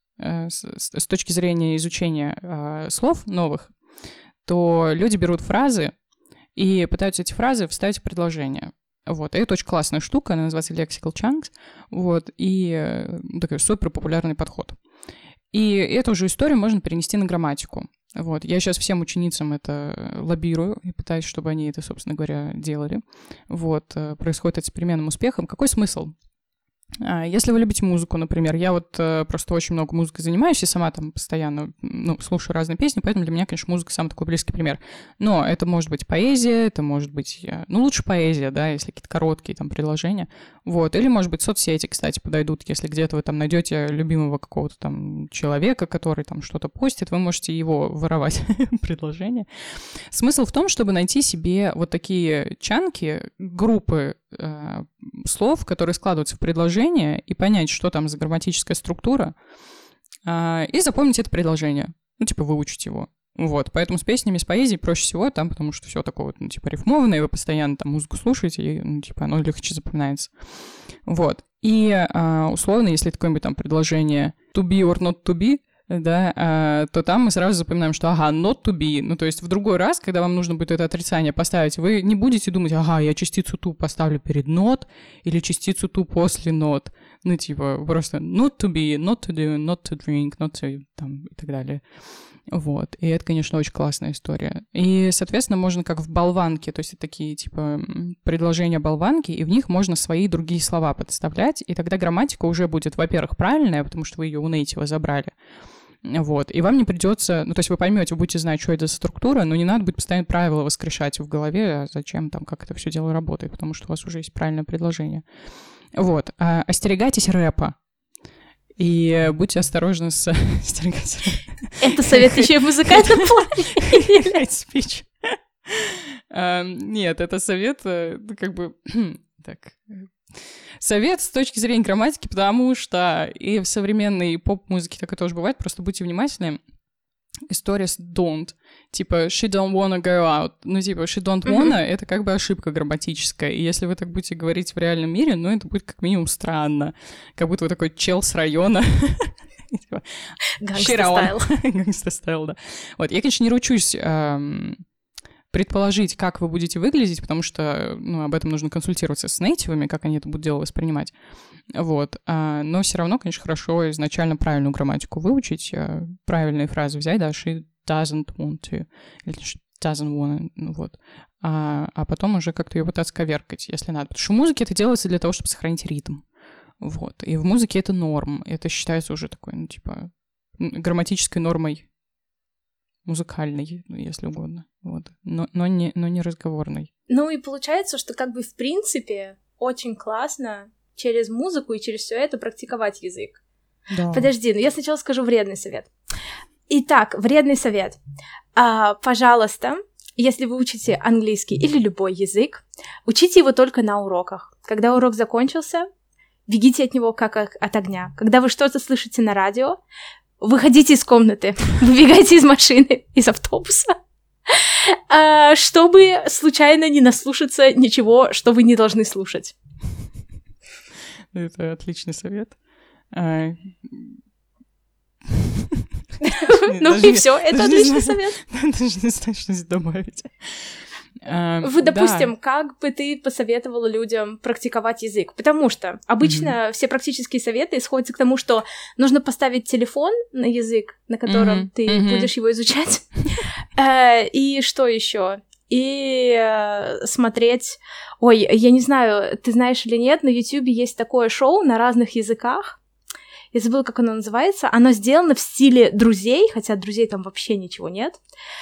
с точки зрения изучения слов новых, то люди берут фразы и пытаются эти фразы вставить в предложение. Вот, и это очень классная штука, она называется Lexical Chunks, вот, и такой супер популярный подход. И эту же историю можно перенести на грамматику. Вот, я сейчас всем ученицам это лоббирую и пытаюсь, чтобы они это, собственно говоря, делали. Вот, происходит это с переменным успехом. Какой смысл? Если вы любите музыку, например, я просто очень много музыкой занимаюсь и сама там постоянно, слушаю разные песни, поэтому для меня, конечно, музыка самый такой близкий пример. Но это может быть поэзия, это может быть, лучше поэзия, да, если какие-то короткие там предложения, вот, или, может быть, соцсети, кстати, подойдут, если где-то вы там найдете любимого какого-то там человека, который там что-то постит, вы можете его воровать предложение. Смысл в том, чтобы найти себе вот такие чанки, группы слов, которые складываются в предложение, и понять, что там за грамматическая структура, и запомнить это предложение. Ну, типа, выучить его. Вот, поэтому с песнями, с поэзией проще всего там, потому что все такое вот, ну, типа, рифмованное, вы постоянно там музыку слушаете, и, ну, типа, оно легче запоминается. Вот. И условно, если какое-нибудь там предложение to be or not to be, да, то там мы сразу запоминаем, что, ага, not to be. Ну, то есть в другой раз, когда вам нужно будет это отрицание поставить, вы не будете думать, ага, я частицу to поставлю перед not или частицу to после not. Ну, типа, просто not to be, not to do, not to drink, not to, там, и так далее. Вот, и это, конечно, очень классная история. И, соответственно, можно как в болванке, то есть это такие, типа, предложения болванки, и в них можно свои другие слова подставлять, и тогда грамматика уже будет, во-первых, правильная, потому что вы ее у нейтива забрали, вот, и вам не придется, ну, то есть вы поймете, вы будете знать, что это за структура, но не надо будет постоянно правила воскрешать в голове, а зачем там, как это все дело работает, потому что у вас уже есть правильное предложение. Вот, остерегайтесь рэпа. И будьте осторожны с... Это совет еще и в музыкальном плане? Спич. Нет, это совет, как бы... Так... Совет с точки зрения грамматики, потому что и в современной поп-музыке такое тоже бывает, просто будьте внимательны. История с don't. Типа, she don't wanna go out. Ну, типа, she don't wanna — это как бы ошибка грамматическая. И если вы так будете говорить в реальном мире, ну, это будет как минимум странно. Как будто вы такой чел с района. Гангста-стайл. Гангста-стайл, да. Вот, я, конечно, не ручусь предположить, как вы будете выглядеть, потому что, ну, об этом нужно консультироваться с нейтивами, как они это будут дело воспринимать. Вот. Но все равно, конечно, хорошо изначально правильную грамматику выучить, правильные фразы взять, да, she doesn't want to, или she doesn't wanna, ну, вот. А потом уже как-то ее пытаться коверкать, если надо. Потому что в музыке это делается для того, чтобы сохранить ритм. Вот. И в музыке это норм. Это считается уже такой, ну, типа, грамматической нормой музыкальной, если угодно. Вот. Но не разговорной. Ну и получается, что как бы в принципе очень классно через музыку и через все это практиковать язык. Да. Подожди, я сначала скажу вредный совет. Итак, вредный совет. Пожалуйста, если вы учите английский или любой язык, учите его только на уроках. Когда урок закончился, бегите от него как от огня. Когда вы что-то слышите на радио, выходите из комнаты, выбегайте из машины, из автобуса, чтобы случайно не наслушаться ничего, что вы не должны слушать. Это отличный совет. Ну и все, это отличный совет. Даже не знаю, что здесь добавить. Допустим, как бы ты посоветовала людям практиковать язык? Потому что обычно все практические советы исходят к тому, что нужно поставить телефон на язык, на котором ты будешь его изучать. И что еще? И смотреть... Ой, я не знаю, ты знаешь или нет, на YouTube есть такое шоу на разных языках. Я забыла, как оно называется. Оно сделано в стиле «Друзей», хотя друзей там вообще ничего нет.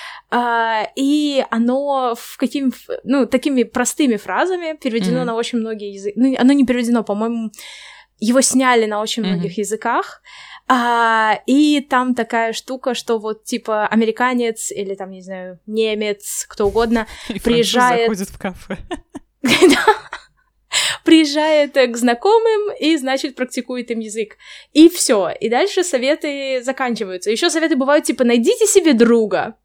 И оно такими простыми фразами переведено на очень многие языки. Ну, оно не переведено, по-моему, его сняли на очень многих языках. И там такая штука, что вот, типа, американец или, там, не знаю, немец, кто угодно, и приезжает... заходит в кафе. Приезжает к знакомым и, значит, практикует им язык. И все. И дальше советы заканчиваются. Еще советы бывают, типа, найдите себе друга.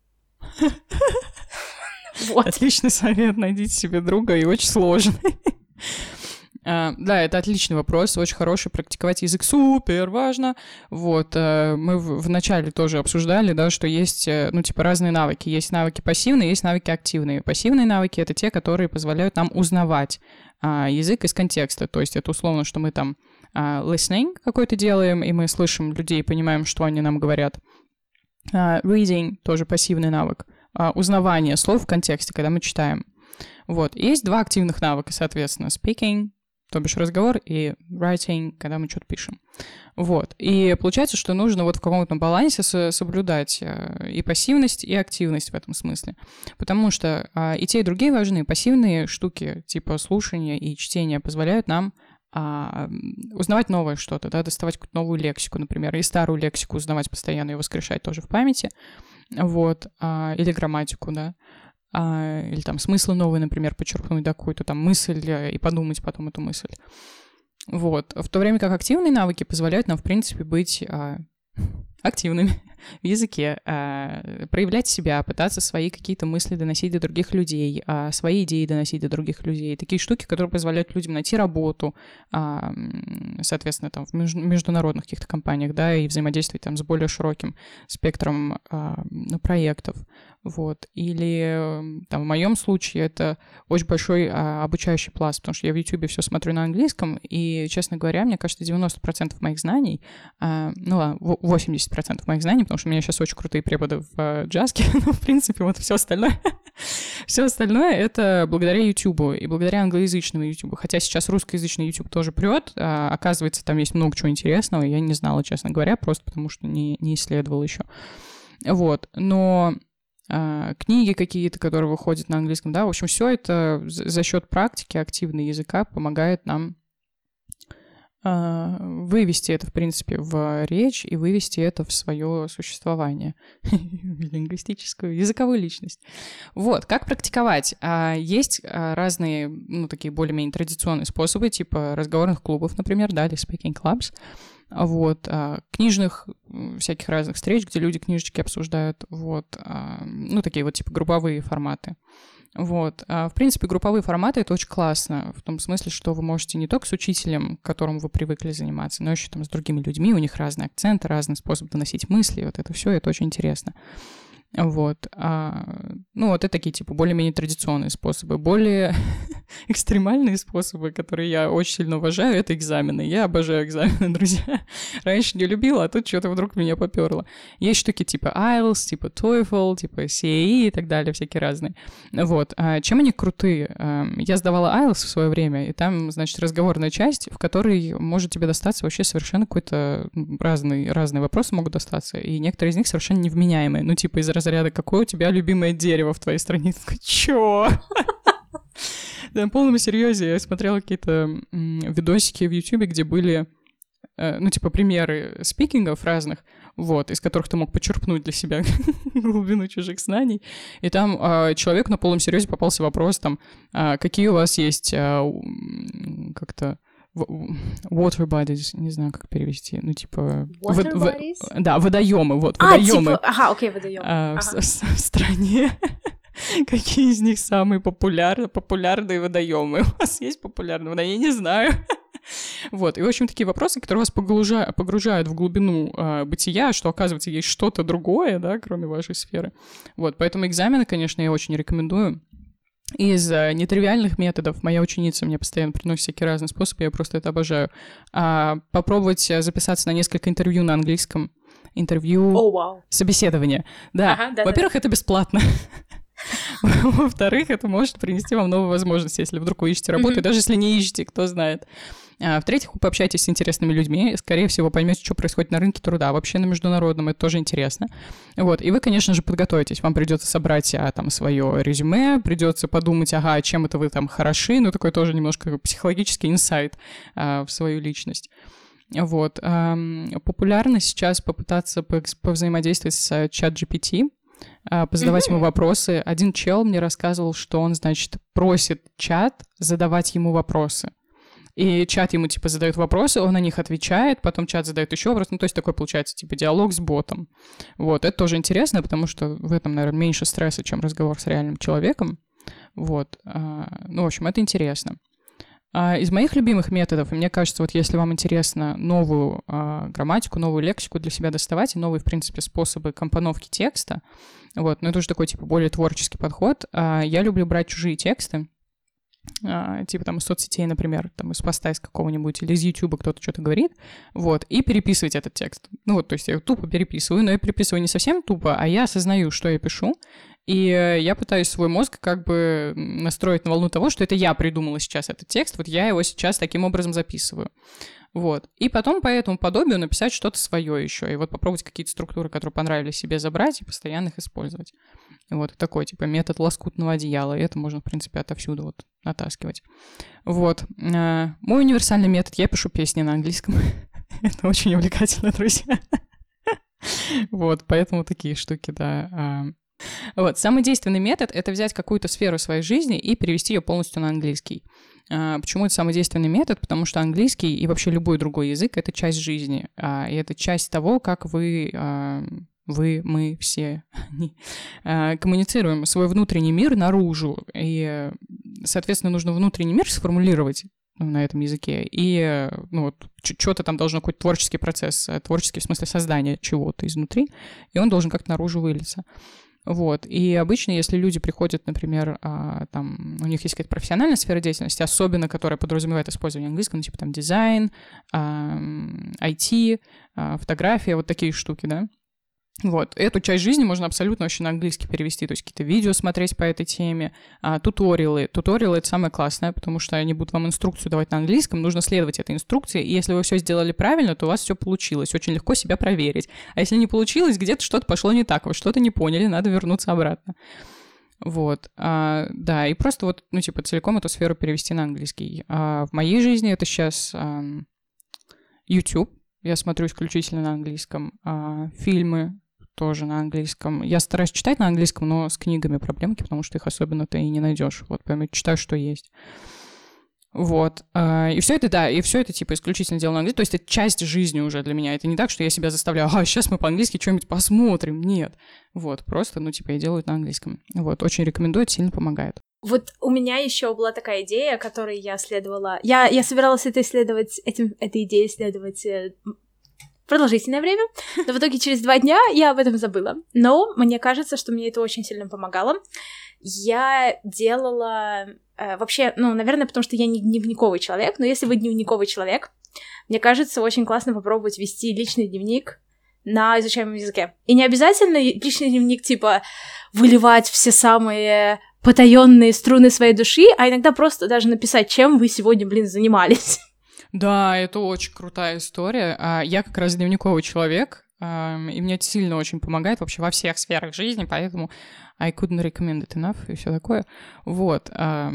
Вот. Отличный совет, найдите себе друга, и очень сложный. Да, это отличный вопрос, очень хороший, практиковать язык супер важно. Вот, мы в начале тоже обсуждали, да, что есть, ну, типа, разные навыки. Есть навыки пассивные, есть навыки активные. Пассивные навыки — это те, которые позволяют нам узнавать язык из контекста. То есть это условно, что мы там listening какой-то делаем, и мы слышим людей, понимаем, что они нам говорят. Reading — тоже пассивный навык. Узнавание слов в контексте, когда мы читаем. Вот. И есть два активных навыка, соответственно. Speaking, то бишь разговор, и writing, когда мы что-то пишем. Вот. И получается, что нужно вот в каком-то балансе соблюдать и пассивность, и активность в этом смысле. Потому что и те, и другие важны. Пассивные штуки, типа слушания и чтения, позволяют нам узнавать новое что-то, да, доставать какую-то новую лексику, например, и старую лексику узнавать постоянно и воскрешать тоже в памяти, вот, или грамматику, да, или там смыслы новые, например, подчеркнуть, да, какую-то там мысль и подумать потом эту мысль. Вот. В то время как активные навыки позволяют нам, в принципе, быть активными в языке, проявлять себя, пытаться свои какие-то мысли доносить до других людей, свои идеи доносить до других людей. Такие штуки, которые позволяют людям найти работу, соответственно, там, в международных каких-то компаниях, да, и взаимодействовать там с более широким спектром проектов. Вот. Или там в моем случае это очень большой обучающий пласт, потому что я в YouTube все смотрю на английском, и, честно говоря, мне кажется, 90% моих знаний, 80% моих знаний, потому что у меня сейчас очень крутые преподы в джазке, но, в принципе, вот все остальное это благодаря YouTube и благодаря англоязычному YouTube. Хотя сейчас русскоязычный YouTube тоже прет, оказывается, там есть много чего интересного, я не знала, честно говоря, просто потому что не исследовала еще. Вот, но книги какие-то, которые выходят на английском, да, в общем, все это за счет практики активной языка помогает нам вывести это, в принципе, в речь и вывести это в свое существование, лингвистическую, языковую личность. Вот, как практиковать? Есть разные, такие более-менее традиционные способы, типа разговорных клубов, например, да, или speaking clubs, вот, книжных всяких разных встреч, где люди книжечки обсуждают, вот, такие вот, типа, групповые форматы. Вот. В принципе, групповые форматы — это очень классно, в том смысле, что вы можете не только с учителем, к которому вы привыкли заниматься, но еще там с другими людьми, у них разные акценты, разный способ доносить мысли, вот это все, это очень интересно. Вот. Вот это такие, типа, более-менее традиционные способы. Более экстремальные способы, которые я очень сильно уважаю, это экзамены. Я обожаю экзамены, друзья. Раньше не любила, а тут что-то вдруг меня попёрло. Есть штуки типа IELTS, типа TOEFL, типа CAE и так далее, всякие разные. Вот. Чем они крутые? Я сдавала IELTS в свое время, и там, значит, разговорная часть, в которой может тебе достаться вообще совершенно какой-то разные вопросы могут достаться, и некоторые из них совершенно невменяемые. Типа из разряда, какое у тебя любимое дерево в твоей стране? Чё? На полном серьезе я смотрела какие-то видосики в YouTube, где были, примеры спикингов разных, вот, из которых ты мог почерпнуть для себя глубину чужих знаний. И там человеку на полном серьезе попался вопрос, там, какие у вас есть как-то water bodies, не знаю, как перевести, Water bodies? Да, водоемы, вот, водоемы. Водоемы. В стране. Какие из них самые популярные водоемы? У вас есть популярные водоемы? Я не знаю. Вот, и, в общем, такие вопросы, которые вас погружают в глубину бытия, что, оказывается, есть что-то другое, да, кроме вашей сферы. Вот, поэтому экзамены, конечно, я очень рекомендую. Из нетривиальных методов моя ученица мне постоянно приносит всякие разные способы, я просто это обожаю. Попробовать записаться на несколько интервью на английском. Собеседование. Да, во-первых, это бесплатно. Во-вторых, это может принести вам новые возможности, если вдруг вы ищете работу, и даже если не ищете, кто знает. В-третьих, вы пообщаетесь с интересными людьми, скорее всего, поймете, что происходит на рынке труда, вообще на международном, это тоже интересно. Вот, и вы, конечно же, подготовитесь, вам придется собрать свое резюме, придется подумать, чем это вы там хороши, такой тоже немножко психологический инсайт в свою личность. Вот, популярно сейчас попытаться повзаимодействовать с ChatGPT, позадавать ему вопросы. Один чел мне рассказывал, что он, значит, просит чат задавать ему вопросы. И чат ему, задает вопросы, он на них отвечает, потом чат задает еще вопросы. То есть такой получается, диалог с ботом. Вот, это тоже интересно, потому что в этом, наверное, меньше стресса, чем разговор с реальным человеком. Вот, в общем, это интересно. Из моих любимых методов, и мне кажется, вот если вам интересно новую грамматику, новую лексику для себя доставать и новые, в принципе, способы компоновки текста, вот, но это уже такой, более творческий подход, я люблю брать чужие тексты, из соцсетей, например, из поста из какого-нибудь, или из YouTube кто-то что-то говорит, вот, и переписывать этот текст. То есть я тупо переписываю, но я переписываю не совсем тупо, а я осознаю, что я пишу, и я пытаюсь свой мозг настроить на волну того, что это я придумала сейчас этот текст, вот я его сейчас таким образом записываю. Вот. И потом по этому подобию написать что-то свое еще. И вот попробовать какие-то структуры, которые понравились себе, забрать и постоянно их использовать. Вот такой, метод лоскутного одеяла. И это можно, в принципе, отовсюду натаскивать. Вот. Мой универсальный метод. Я пишу песни на английском. Это очень увлекательно, друзья. Вот, поэтому такие штуки, да. Вот, самый действенный метод — это взять какую-то сферу своей жизни и перевести ее полностью на английский. Почему это самый действенный метод? Потому что английский и вообще любой другой язык — это часть жизни, и это часть того, как мы все коммуницируем свой внутренний мир наружу, и, соответственно, нужно внутренний мир сформулировать на этом языке, и что-то там должно, какой-то творческий процесс, творческий в смысле создания чего-то изнутри, и он должен как-то наружу вылиться. Вот, и обычно, если люди приходят, например, там, у них есть какая-то профессиональная сфера деятельности, особенно которая подразумевает использование английского, типа там дизайн, IT, фотография, вот такие штуки, да. Вот, эту часть жизни можно абсолютно вообще на английский перевести, то есть какие-то видео смотреть по этой теме, туториалы. Туториалы — это самое классное, потому что они будут вам инструкцию давать на английском, нужно следовать этой инструкции, и если вы все сделали правильно, то у вас все получилось, очень легко себя проверить. А если не получилось, где-то что-то пошло не так, вы что-то не поняли, надо вернуться обратно. Вот, да, и просто вот, целиком эту сферу перевести на английский. В моей жизни это сейчас YouTube, я смотрю исключительно на английском, фильмы тоже на английском. Я стараюсь читать на английском, но с книгами проблемки, потому что их особенно-то и не найдешь. Вот, прям читаю, что есть. Вот. И все это, да, и все это, исключительно дело на английском. То есть это часть жизни уже для меня. Это не так, что я себя заставляю, сейчас мы по-английски что-нибудь посмотрим. Нет. Вот, просто, я делаю это на английском. Вот, очень рекомендую, это сильно помогает. Вот у меня еще была такая идея, которой я следовала. Я собиралась этой идее следовать продолжительное время, но в итоге через 2 дня я об этом забыла. Но мне кажется, что мне это очень сильно помогало. Я делала... вообще, наверное, потому что я не дневниковый человек, но если вы дневниковый человек, мне кажется, очень классно попробовать вести личный дневник на изучаемом языке. И не обязательно личный дневник, выливать все самые потаённые струны своей души, а иногда просто даже написать, чем вы сегодня, занимались. Да, это очень крутая история. Я как раз дневниковый человек, и мне это сильно очень помогает вообще во всех сферах жизни, поэтому I couldn't recommend it enough и все такое. Вот.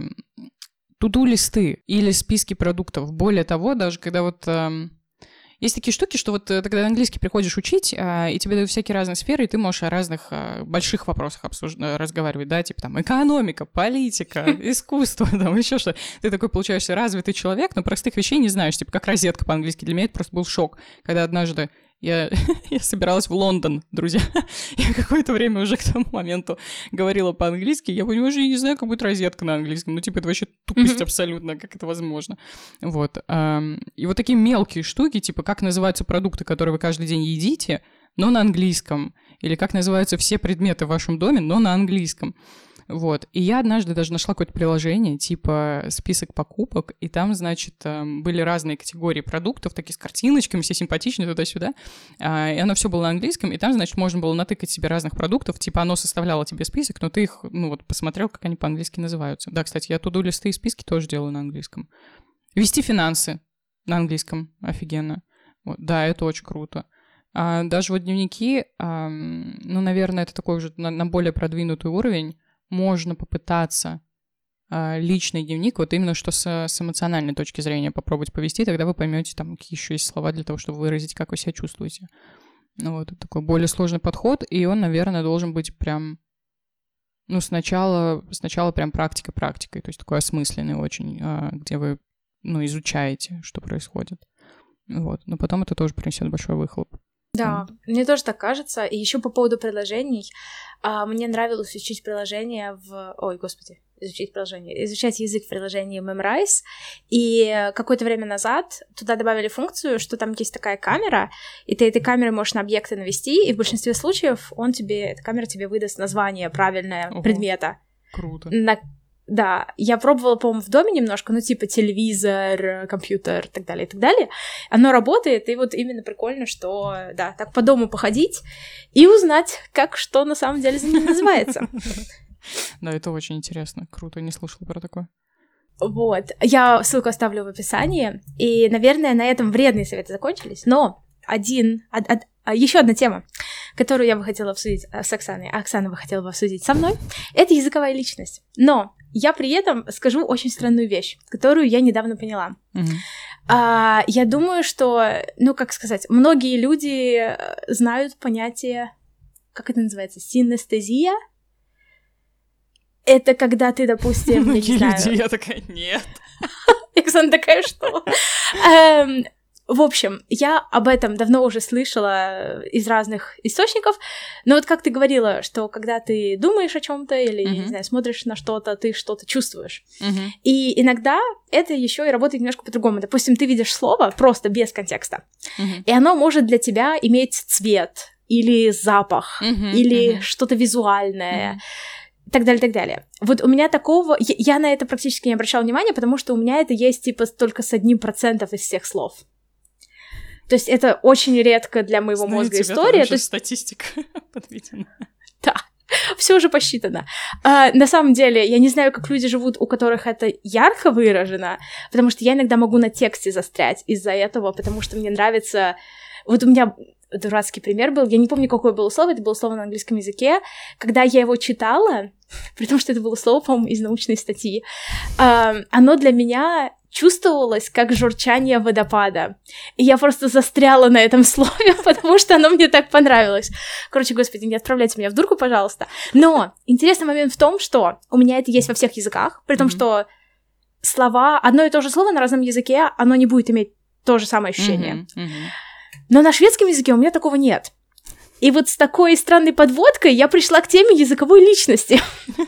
To-do-листы или списки продуктов. Более того, даже когда есть такие штуки, что ты когда на английский приходишь учить, и тебе дают всякие разные сферы, и ты можешь о разных больших вопросах разговаривать, да, экономика, политика, искусство, еще что. Ты такой, получаешься, развитый человек, но простых вещей не знаешь, как розетка по-английски. Для меня это просто был шок, когда однажды я собиралась в Лондон, друзья. Я какое-то время уже к тому моменту говорила по-английски. Я понимаю, что я не знаю, как будет розетка на английском. Это вообще тупость абсолютно, как это возможно. Вот. И вот такие мелкие штуки, как называются продукты, которые вы каждый день едите, но на английском. Или как называются все предметы в вашем доме, но на английском. Вот. И я однажды даже нашла какое-то приложение, список покупок, и там, были разные категории продуктов, такие с картиночками, все симпатичные туда-сюда, и оно все было на английском, и там, можно было натыкать себе разных продуктов, оно составляло тебе список, но ты их, посмотрел, как они по-английски называются. Да, кстати, я to-do-листы и списки тоже делаю на английском. Вести финансы на английском, офигенно. Вот. Да, это очень круто. Даже дневники, наверное, это такой уже на более продвинутый уровень. Можно попытаться личный дневник, именно что с эмоциональной точки зрения попробовать повести, тогда вы поймете, какие еще есть слова для того, чтобы выразить, как вы себя чувствуете. Это такой более сложный подход, и он, наверное, должен быть прям, сначала прям практика-практикой, то есть такой осмысленный очень, где вы, изучаете, что происходит. Вот. Но потом это тоже принесет большой выхлоп. Да, мне тоже так кажется. И еще по поводу приложений. Мне нравилось изучать изучать язык в приложении Memrise. И какое-то время назад туда добавили функцию, что там есть такая камера, и ты этой камерой можешь на объекты навести, и в большинстве случаев эта камера тебе выдаст название правильное предмета. Круто. Да, я пробовала, по-моему, в доме немножко, телевизор, компьютер и так далее, и так далее. Оно работает, и именно прикольно, что, да, так по дому походить и узнать, как что на самом деле за ним называется. Да, это очень интересно, круто, не слышала про такое. Вот, я ссылку оставлю в описании, и, наверное, на этом вредные советы закончились, но еще одна тема, которую я бы хотела обсудить с Оксаной, а Оксана бы хотела бы обсудить со мной, это языковая личность. Но я при этом скажу очень странную вещь, которую я недавно поняла. Я думаю, что, многие люди знают понятие, как это называется, синестезия, Это когда ты, допустим, я не знаю... Я такая, нет. Оксана такая, что? В общем, я об этом давно уже слышала из разных источников, но вот как ты говорила, что когда ты думаешь о чем-то или, не знаю, смотришь на что-то, ты что-то чувствуешь. И иногда это еще и работает немножко по-другому. Допустим, ты видишь слово просто без контекста, и оно может для тебя иметь цвет или запах, или что-то визуальное, и так далее, так далее. Вот у меня такого... Я на это практически не обращала внимания, потому что у меня это есть, типа, только с 1% из всех слов. То есть это очень редко для моего мозга история. То есть статистика подведена. Да, все уже посчитано. На самом деле, я не знаю, как люди живут, у которых это ярко выражено, потому что я иногда могу на тексте застрять из-за этого, потому что мне нравится... Вот у меня дурацкий пример был, я не помню, какое было слово, это было слово на английском языке. Когда я его читала, при том, что это было слово, по-моему, из научной статьи, оно для меня... чувствовалось как журчание водопада. И я просто застряла на этом слове, потому что оно мне так понравилось. Короче, господи, не отправляйте меня в дурку, пожалуйста. Но интересный момент в том, что у меня это есть во всех языках, при том, что слова, одно и то же слово на разном языке, оно не будет иметь то же самое ощущение. Но на шведском языке у меня такого нет. И вот с такой странной подводкой я пришла к теме языковой личности.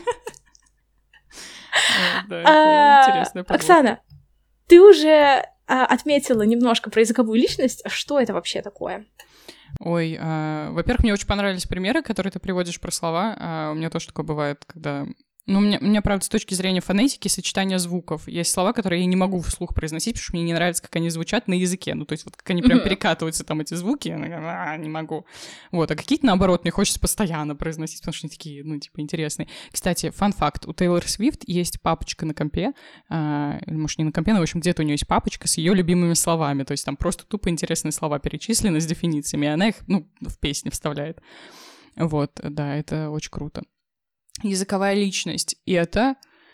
Да, это интересная подводка. Оксана, ты уже отметила немножко про языковую личность. Что это вообще такое? Ой, во-первых, мне очень понравились примеры, которые ты приводишь про слова. У меня тоже такое бывает, когда... Ну, у меня, правда, с точки зрения фонетики, сочетания звуков, есть слова, которые я не могу вслух произносить, потому что мне не нравится, как они звучат на языке. Ну, то есть вот как они прям перекатываются, там, эти звуки, я не могу. Вот, а какие-то, наоборот, мне хочется постоянно произносить, потому что они такие, ну, типа, интересные. Кстати, фан-факт, у Тейлор Свифт есть папочка на компе, или, может, не на компе, но, в общем, где-то у нее есть папочка с ее любимыми словами, то есть там просто тупо интересные слова перечислены с дефинициями, и она их, ну, в песни вставляет. Вот, да, это очень круто. Языковая личность, и это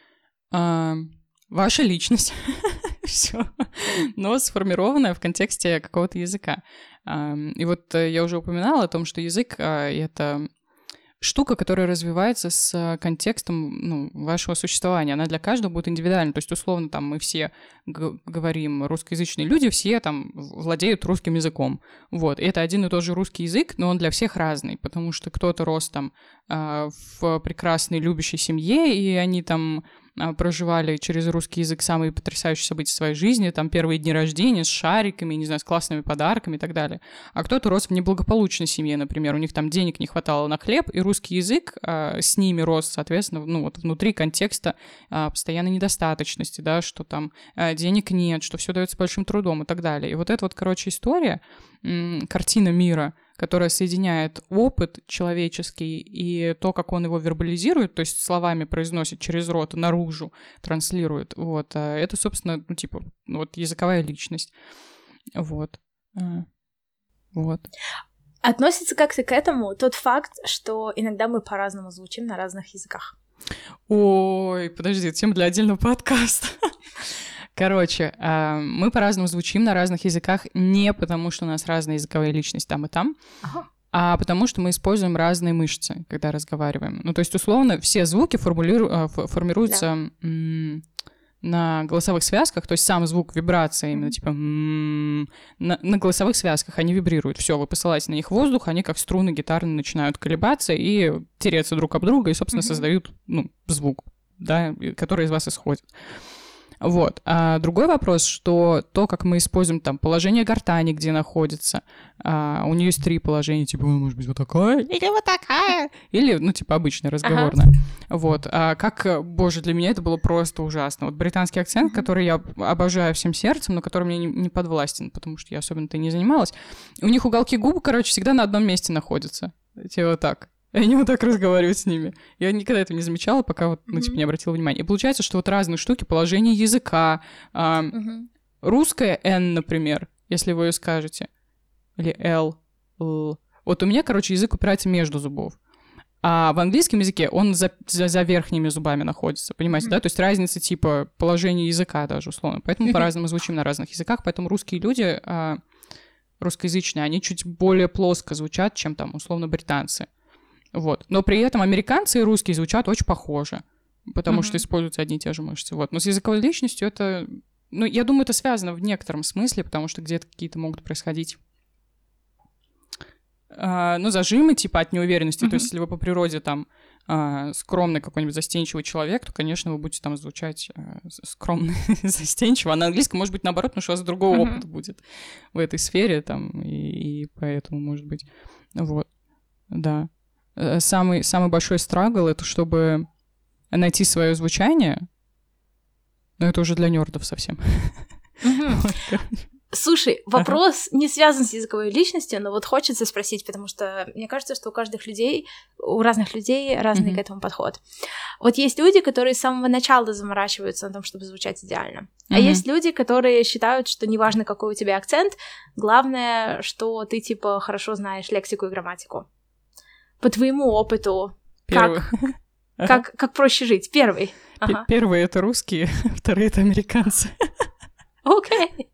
ваша личность, все, но сформированная в контексте какого-то языка. И вот я уже упоминала о том, что язык — это штука, которая развивается с контекстом, ну, вашего существования. Она для каждого будет индивидуальна. То есть, условно, там мы все говорим, русскоязычные люди, все там владеют русским языком. Вот. И это один и тот же русский язык, но он для всех разный, потому что кто-то рос там в прекрасной, любящей семье, и они там проживали через русский язык самые потрясающие события своей жизни, там первые дни рождения с шариками, не знаю, с классными подарками и так далее. А кто-то рос в неблагополучной семье, например, у них там денег не хватало на хлеб, и русский язык с ними рос, соответственно, ну вот внутри контекста постоянной недостаточности, да, что там денег нет, что все дается большим трудом и так далее. И вот эта вот, короче, история, картина мира, которая соединяет опыт человеческий и то, как он его вербализирует, то есть словами произносит через рот, наружу транслирует. Вот. Это, собственно, ну, типа, вот языковая личность. Вот. Вот. Относится как-то к этому тот факт, что иногда мы по-разному звучим на разных языках? Ой, подожди, это тема для отдельного подкаста. Короче, мы по-разному звучим на разных языках не потому, что у нас разная языковая личность там и там, а потому что мы используем разные мышцы, когда разговариваем. Ну, то есть, условно, все звуки формируются на голосовых связках, то есть сам звук, вибрация именно, типа на голосовых связках они вибрируют. Все, вы посылаете на них воздух, они как струны гитарные начинают колебаться и тереться друг об друга и, собственно, создают, ну, звук, да, который из вас исходит. Вот. А другой вопрос, что то, как мы используем там положение гортани, где находится, у нее есть 3 положения, типа, может быть, вот такая, или вот такая, или, ну, типа, обычная, разговорная. Вот. А как, боже, для меня это было просто ужасно. Вот британский акцент, который я обожаю всем сердцем, но который мне не подвластен, потому что я особенно-то и не занималась. У них уголки губ, короче, всегда на одном месте находятся. Типа вот так. И они вот так разговаривают с ними. Я никогда этого не замечала, пока вот, ну, типа, не обратила внимания. И получается, что вот разные штуки, положение языка, русское «н», например, если вы ее скажете, или «л», «л». Вот у меня, короче, язык упирается между зубов. А в английском языке он за верхними зубами находится, понимаете, да? То есть разница, типа, положения языка даже, условно. Поэтому по-разному звучим на разных языках. Поэтому русские люди, русскоязычные, они чуть более плоско звучат, чем там, условно, британцы. Вот. Но при этом американцы и русские звучат очень похоже. потому что используются одни и те же мышцы. Вот. Но с языковой личностью это... Ну, я думаю, это связано в некотором смысле, потому что где-то какие-то могут происходить зажимы, типа, от неуверенности. То есть, если вы по природе там скромный какой-нибудь застенчивый человек, то, конечно, вы будете там звучать скромно и застенчиво. А на английском, может быть, наоборот, потому что у вас другой опыт будет в этой сфере, там, и поэтому, может быть, вот, да. Самый большой страгл — это чтобы найти свое звучание, но это уже для нёрдов совсем. Слушай, вопрос не связан с языковой личностью, но вот хочется спросить, потому что мне кажется, что у разных людей разный к этому подход. Вот есть люди, которые с самого начала заморачиваются на том, чтобы звучать идеально. А есть люди, которые считают, что неважно, какой у тебя акцент, главное, что ты, типа, хорошо знаешь лексику и грамматику. По твоему опыту, как проще жить? Первый. Первые — это русские, вторые — это американцы. Окей.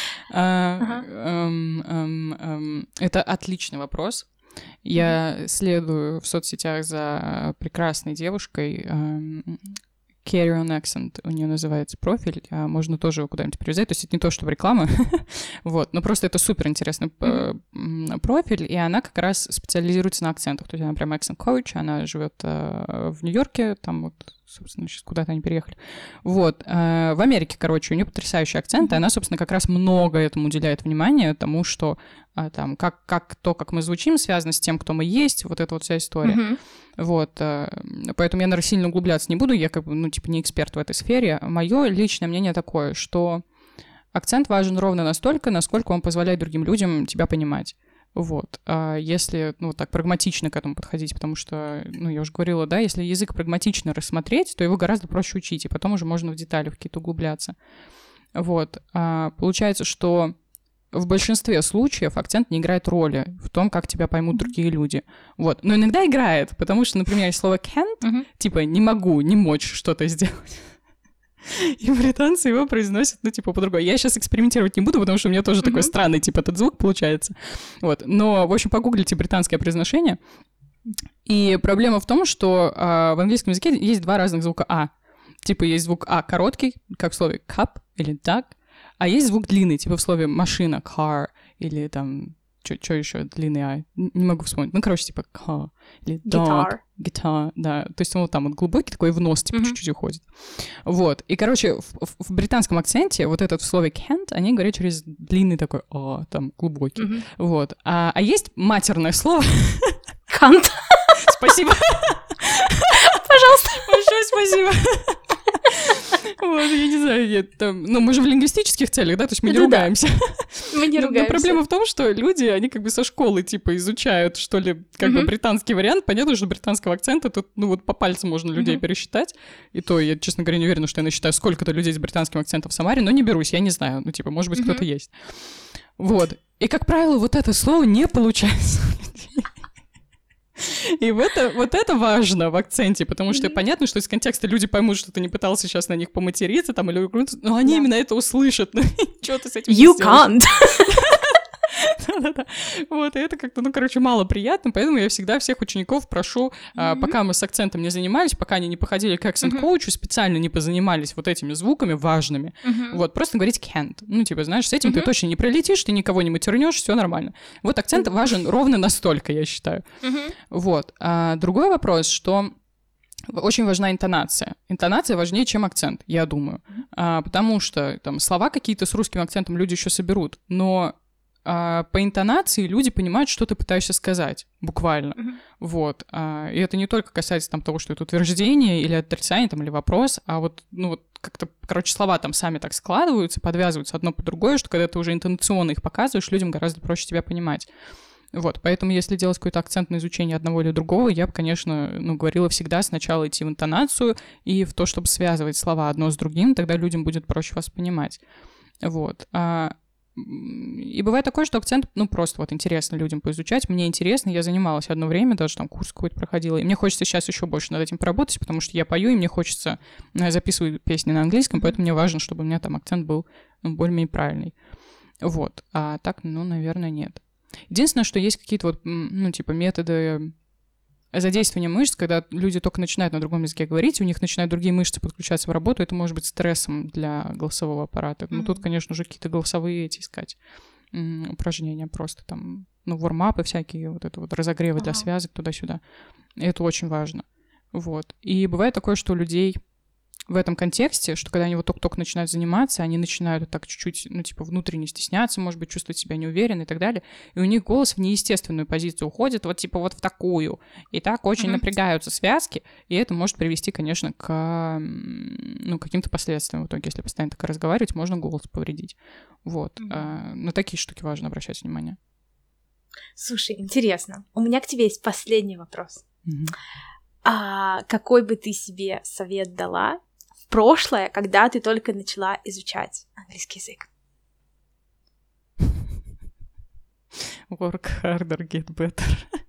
Это отличный вопрос. Я следую в соцсетях за прекрасной девушкой. Carry on Accent у нее называется профиль. Можно тоже его куда-нибудь привязать. То есть это не то, что реклама. Вот. Но просто это супер интересный профиль, и она как раз специализируется на акцентах. То есть она прям accent coach, она живет в Нью-Йорке, там вот, собственно, сейчас куда-то они переехали. Вот. В Америке, короче, у нее потрясающий акцент, и она, собственно, как раз много этому уделяет внимания, тому, что там, как мы звучим, связано с тем, кто мы есть, вот эта вот вся история. Вот. Поэтому я, наверное, сильно углубляться не буду, я как бы, не эксперт в этой сфере. Мое личное мнение такое, что акцент важен ровно настолько, насколько он позволяет другим людям тебя понимать. Вот. Если, так прагматично к этому подходить, потому что, я уже говорила, да, если язык прагматично рассмотреть, то его гораздо проще учить, и потом уже можно в детали какие-то углубляться. Вот. Получается, что в большинстве случаев акцент не играет роли в том, как тебя поймут другие люди. Вот. Но иногда играет, потому что, например, есть слово can't, типа не могу, не мочь что-то сделать. И британцы его произносят, по-другому. Я сейчас экспериментировать не буду, потому что у меня тоже такой странный, этот звук получается. Вот. Но, в общем, погуглите британское произношение. И проблема в том, что в английском языке есть два разных звука «а». Есть звук «а» короткий, как в слове cup или duck, а есть звук длинный, в слове «машина», car, или там, что еще длинный «а», не могу вспомнить. Car, или dog, guitar, да. То есть он вот там вот глубокий такой в нос, чуть-чуть уходит. Вот. И, короче, в британском акценте вот этот в слове can't, они говорят через длинный такой «а», там, глубокий. Вот. А есть матерное слово. Can't. Спасибо. Пожалуйста. Большое спасибо. Вот, я не знаю, мы же в лингвистических целях, да, то есть мы не ругаемся. Мы не ругаемся. Но проблема в том, что люди, они как бы со школы, изучают, что ли, как бы британский вариант. Понятно, что британского акцента тут, по пальцам можно людей пересчитать. И то, я, честно говоря, не уверена, что я насчитаю сколько-то людей с британским акцентом в Самаре, но не берусь, я не знаю. Может быть, кто-то есть. Вот. И, как правило, вот это слово не получается у людей. И вот это важно в акценте, потому что понятно, что из контекста люди поймут, что ты не пытался сейчас на них поматериться, там, или но они именно это услышат. Ну, что ты с этим не сделаешь? Да-да-да. Вот, и это как-то, мало приятно, поэтому я всегда всех учеников прошу, пока мы с акцентом не занимались, пока они не походили к акцент-коучу, специально не позанимались вот этими звуками важными, вот, просто говорить can't. Знаешь, с этим ты точно не пролетишь, ты никого не матернешь, все нормально. Вот акцент важен ровно настолько, я считаю. Вот. Другой вопрос, что очень важна интонация. Интонация важнее, чем акцент, я думаю. Потому что там слова какие-то с русским акцентом люди еще соберут, но по интонации люди понимают, что ты пытаешься сказать, буквально. Вот. И это не только касается там того, что это утверждение или отрицание, там, или вопрос, а вот, как-то, слова там сами так складываются, подвязываются одно по другое, что когда ты уже интонационно их показываешь, людям гораздо проще тебя понимать. Вот, поэтому если делать какой-то акцент на изучение одного или другого, я бы, конечно, говорила всегда сначала идти в интонацию и в то, чтобы связывать слова одно с другим, тогда людям будет проще вас понимать. Вот. И бывает такое, что акцент, просто вот интересно людям поизучать. Мне интересно, я занималась одно время, даже там курс какой-то проходила, и мне хочется сейчас еще больше над этим поработать, потому что я пою, и мне хочется, я записываю песни на английском, поэтому мне важно, чтобы у меня там акцент был более-менее правильный. Вот. А так, наверное, нет. Единственное, что есть какие-то вот, методы задействование мышц, когда люди только начинают на другом языке говорить, у них начинают другие мышцы подключаться в работу, это может быть стрессом для голосового аппарата. Но тут, конечно же, какие-то голосовые эти искать упражнения просто там, вормапы всякие, вот это вот разогревы для связок туда-сюда. И это очень важно. Вот. И бывает такое, что у людей в этом контексте, что когда они вот только-только начинают заниматься, они начинают так чуть-чуть, внутренне стесняться, может быть, чувствовать себя неуверенно и так далее, и у них голос в неестественную позицию уходит, вот в такую, и так очень напрягаются связки, и это может привести, конечно, к каким-то последствиям в итоге, если постоянно так разговаривать, можно голос повредить. Вот. На такие штуки важно обращать внимание. Слушай, интересно, у меня к тебе есть последний вопрос. Какой бы ты себе совет дала в прошлое, когда ты только начала изучать английский язык? Work harder, get better.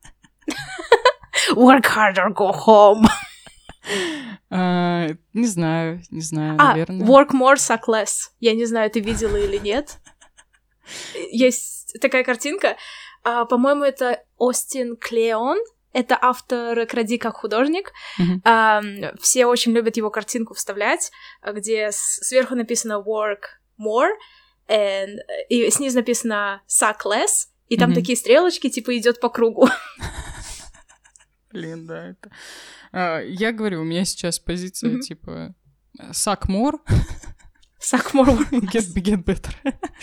Work harder, go home. Не знаю, наверное. Work more, suck less. Я не знаю, ты видела или нет. Есть такая картинка. По-моему, это Остин Клеон. Это автор «Кради как художник». Все очень любят его картинку вставлять, где сверху написано «work more», и снизу написано «suck less», и там такие стрелочки, идет по кругу. Блин, да, это... Я говорю, у меня сейчас позиция, «suck more». «Suck more». Get better.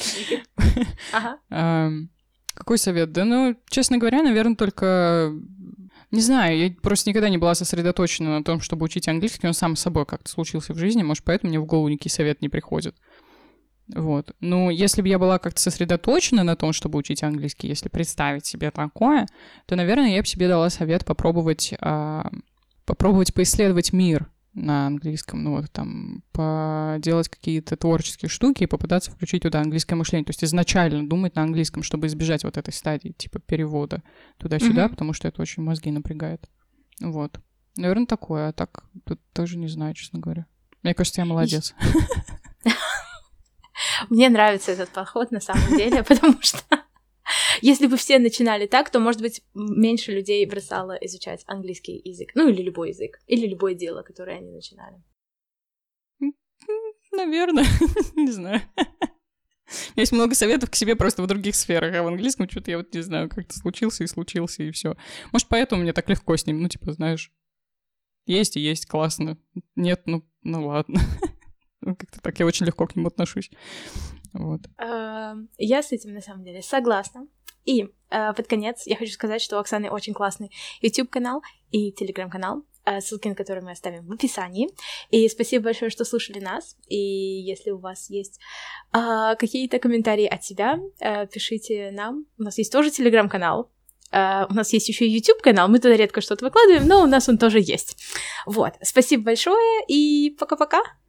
Какой совет? Да, честно говоря, наверное, только... Не знаю, я просто никогда не была сосредоточена на том, чтобы учить английский, он сам собой как-то случился в жизни, может, поэтому мне в голову никакие советы не приходят. Вот. Ну, если бы я была как-то сосредоточена на том, чтобы учить английский, если представить себе такое, то, наверное, я бы себе дала совет попробовать поисследовать мир на английском, поделать какие-то творческие штуки и попытаться включить туда английское мышление. То есть изначально думать на английском, чтобы избежать вот этой стадии, перевода туда-сюда, потому что это очень мозги напрягает. Вот. Наверное, такое. А так, тут тоже не знаю, честно говоря. Мне кажется, я молодец. Мне нравится этот подход на самом деле, потому что если бы все начинали так, то, может быть, меньше людей бросало изучать английский язык. Или любой язык. Или любое дело, которое они начинали. Наверное. Не знаю. У меня есть много советов к себе просто в других сферах, а в английском что-то я не знаю, как-то случился, и все. Может, поэтому мне так легко с ним, знаешь, есть и есть, классно. Нет, ну ладно. Как-то так я очень легко к нему отношусь. Вот. Я с этим, на самом деле, согласна. И под конец я хочу сказать, что у Оксаны очень классный YouTube-канал и Telegram-канал, ссылки на которые мы оставим в описании. И спасибо большое, что слушали нас. И если у вас есть какие-то комментарии от тебя, пишите нам. У нас есть тоже Telegram-канал. У нас есть еще и YouTube-канал. Мы туда редко что-то выкладываем, но у нас он тоже есть. Вот. Спасибо большое и пока-пока!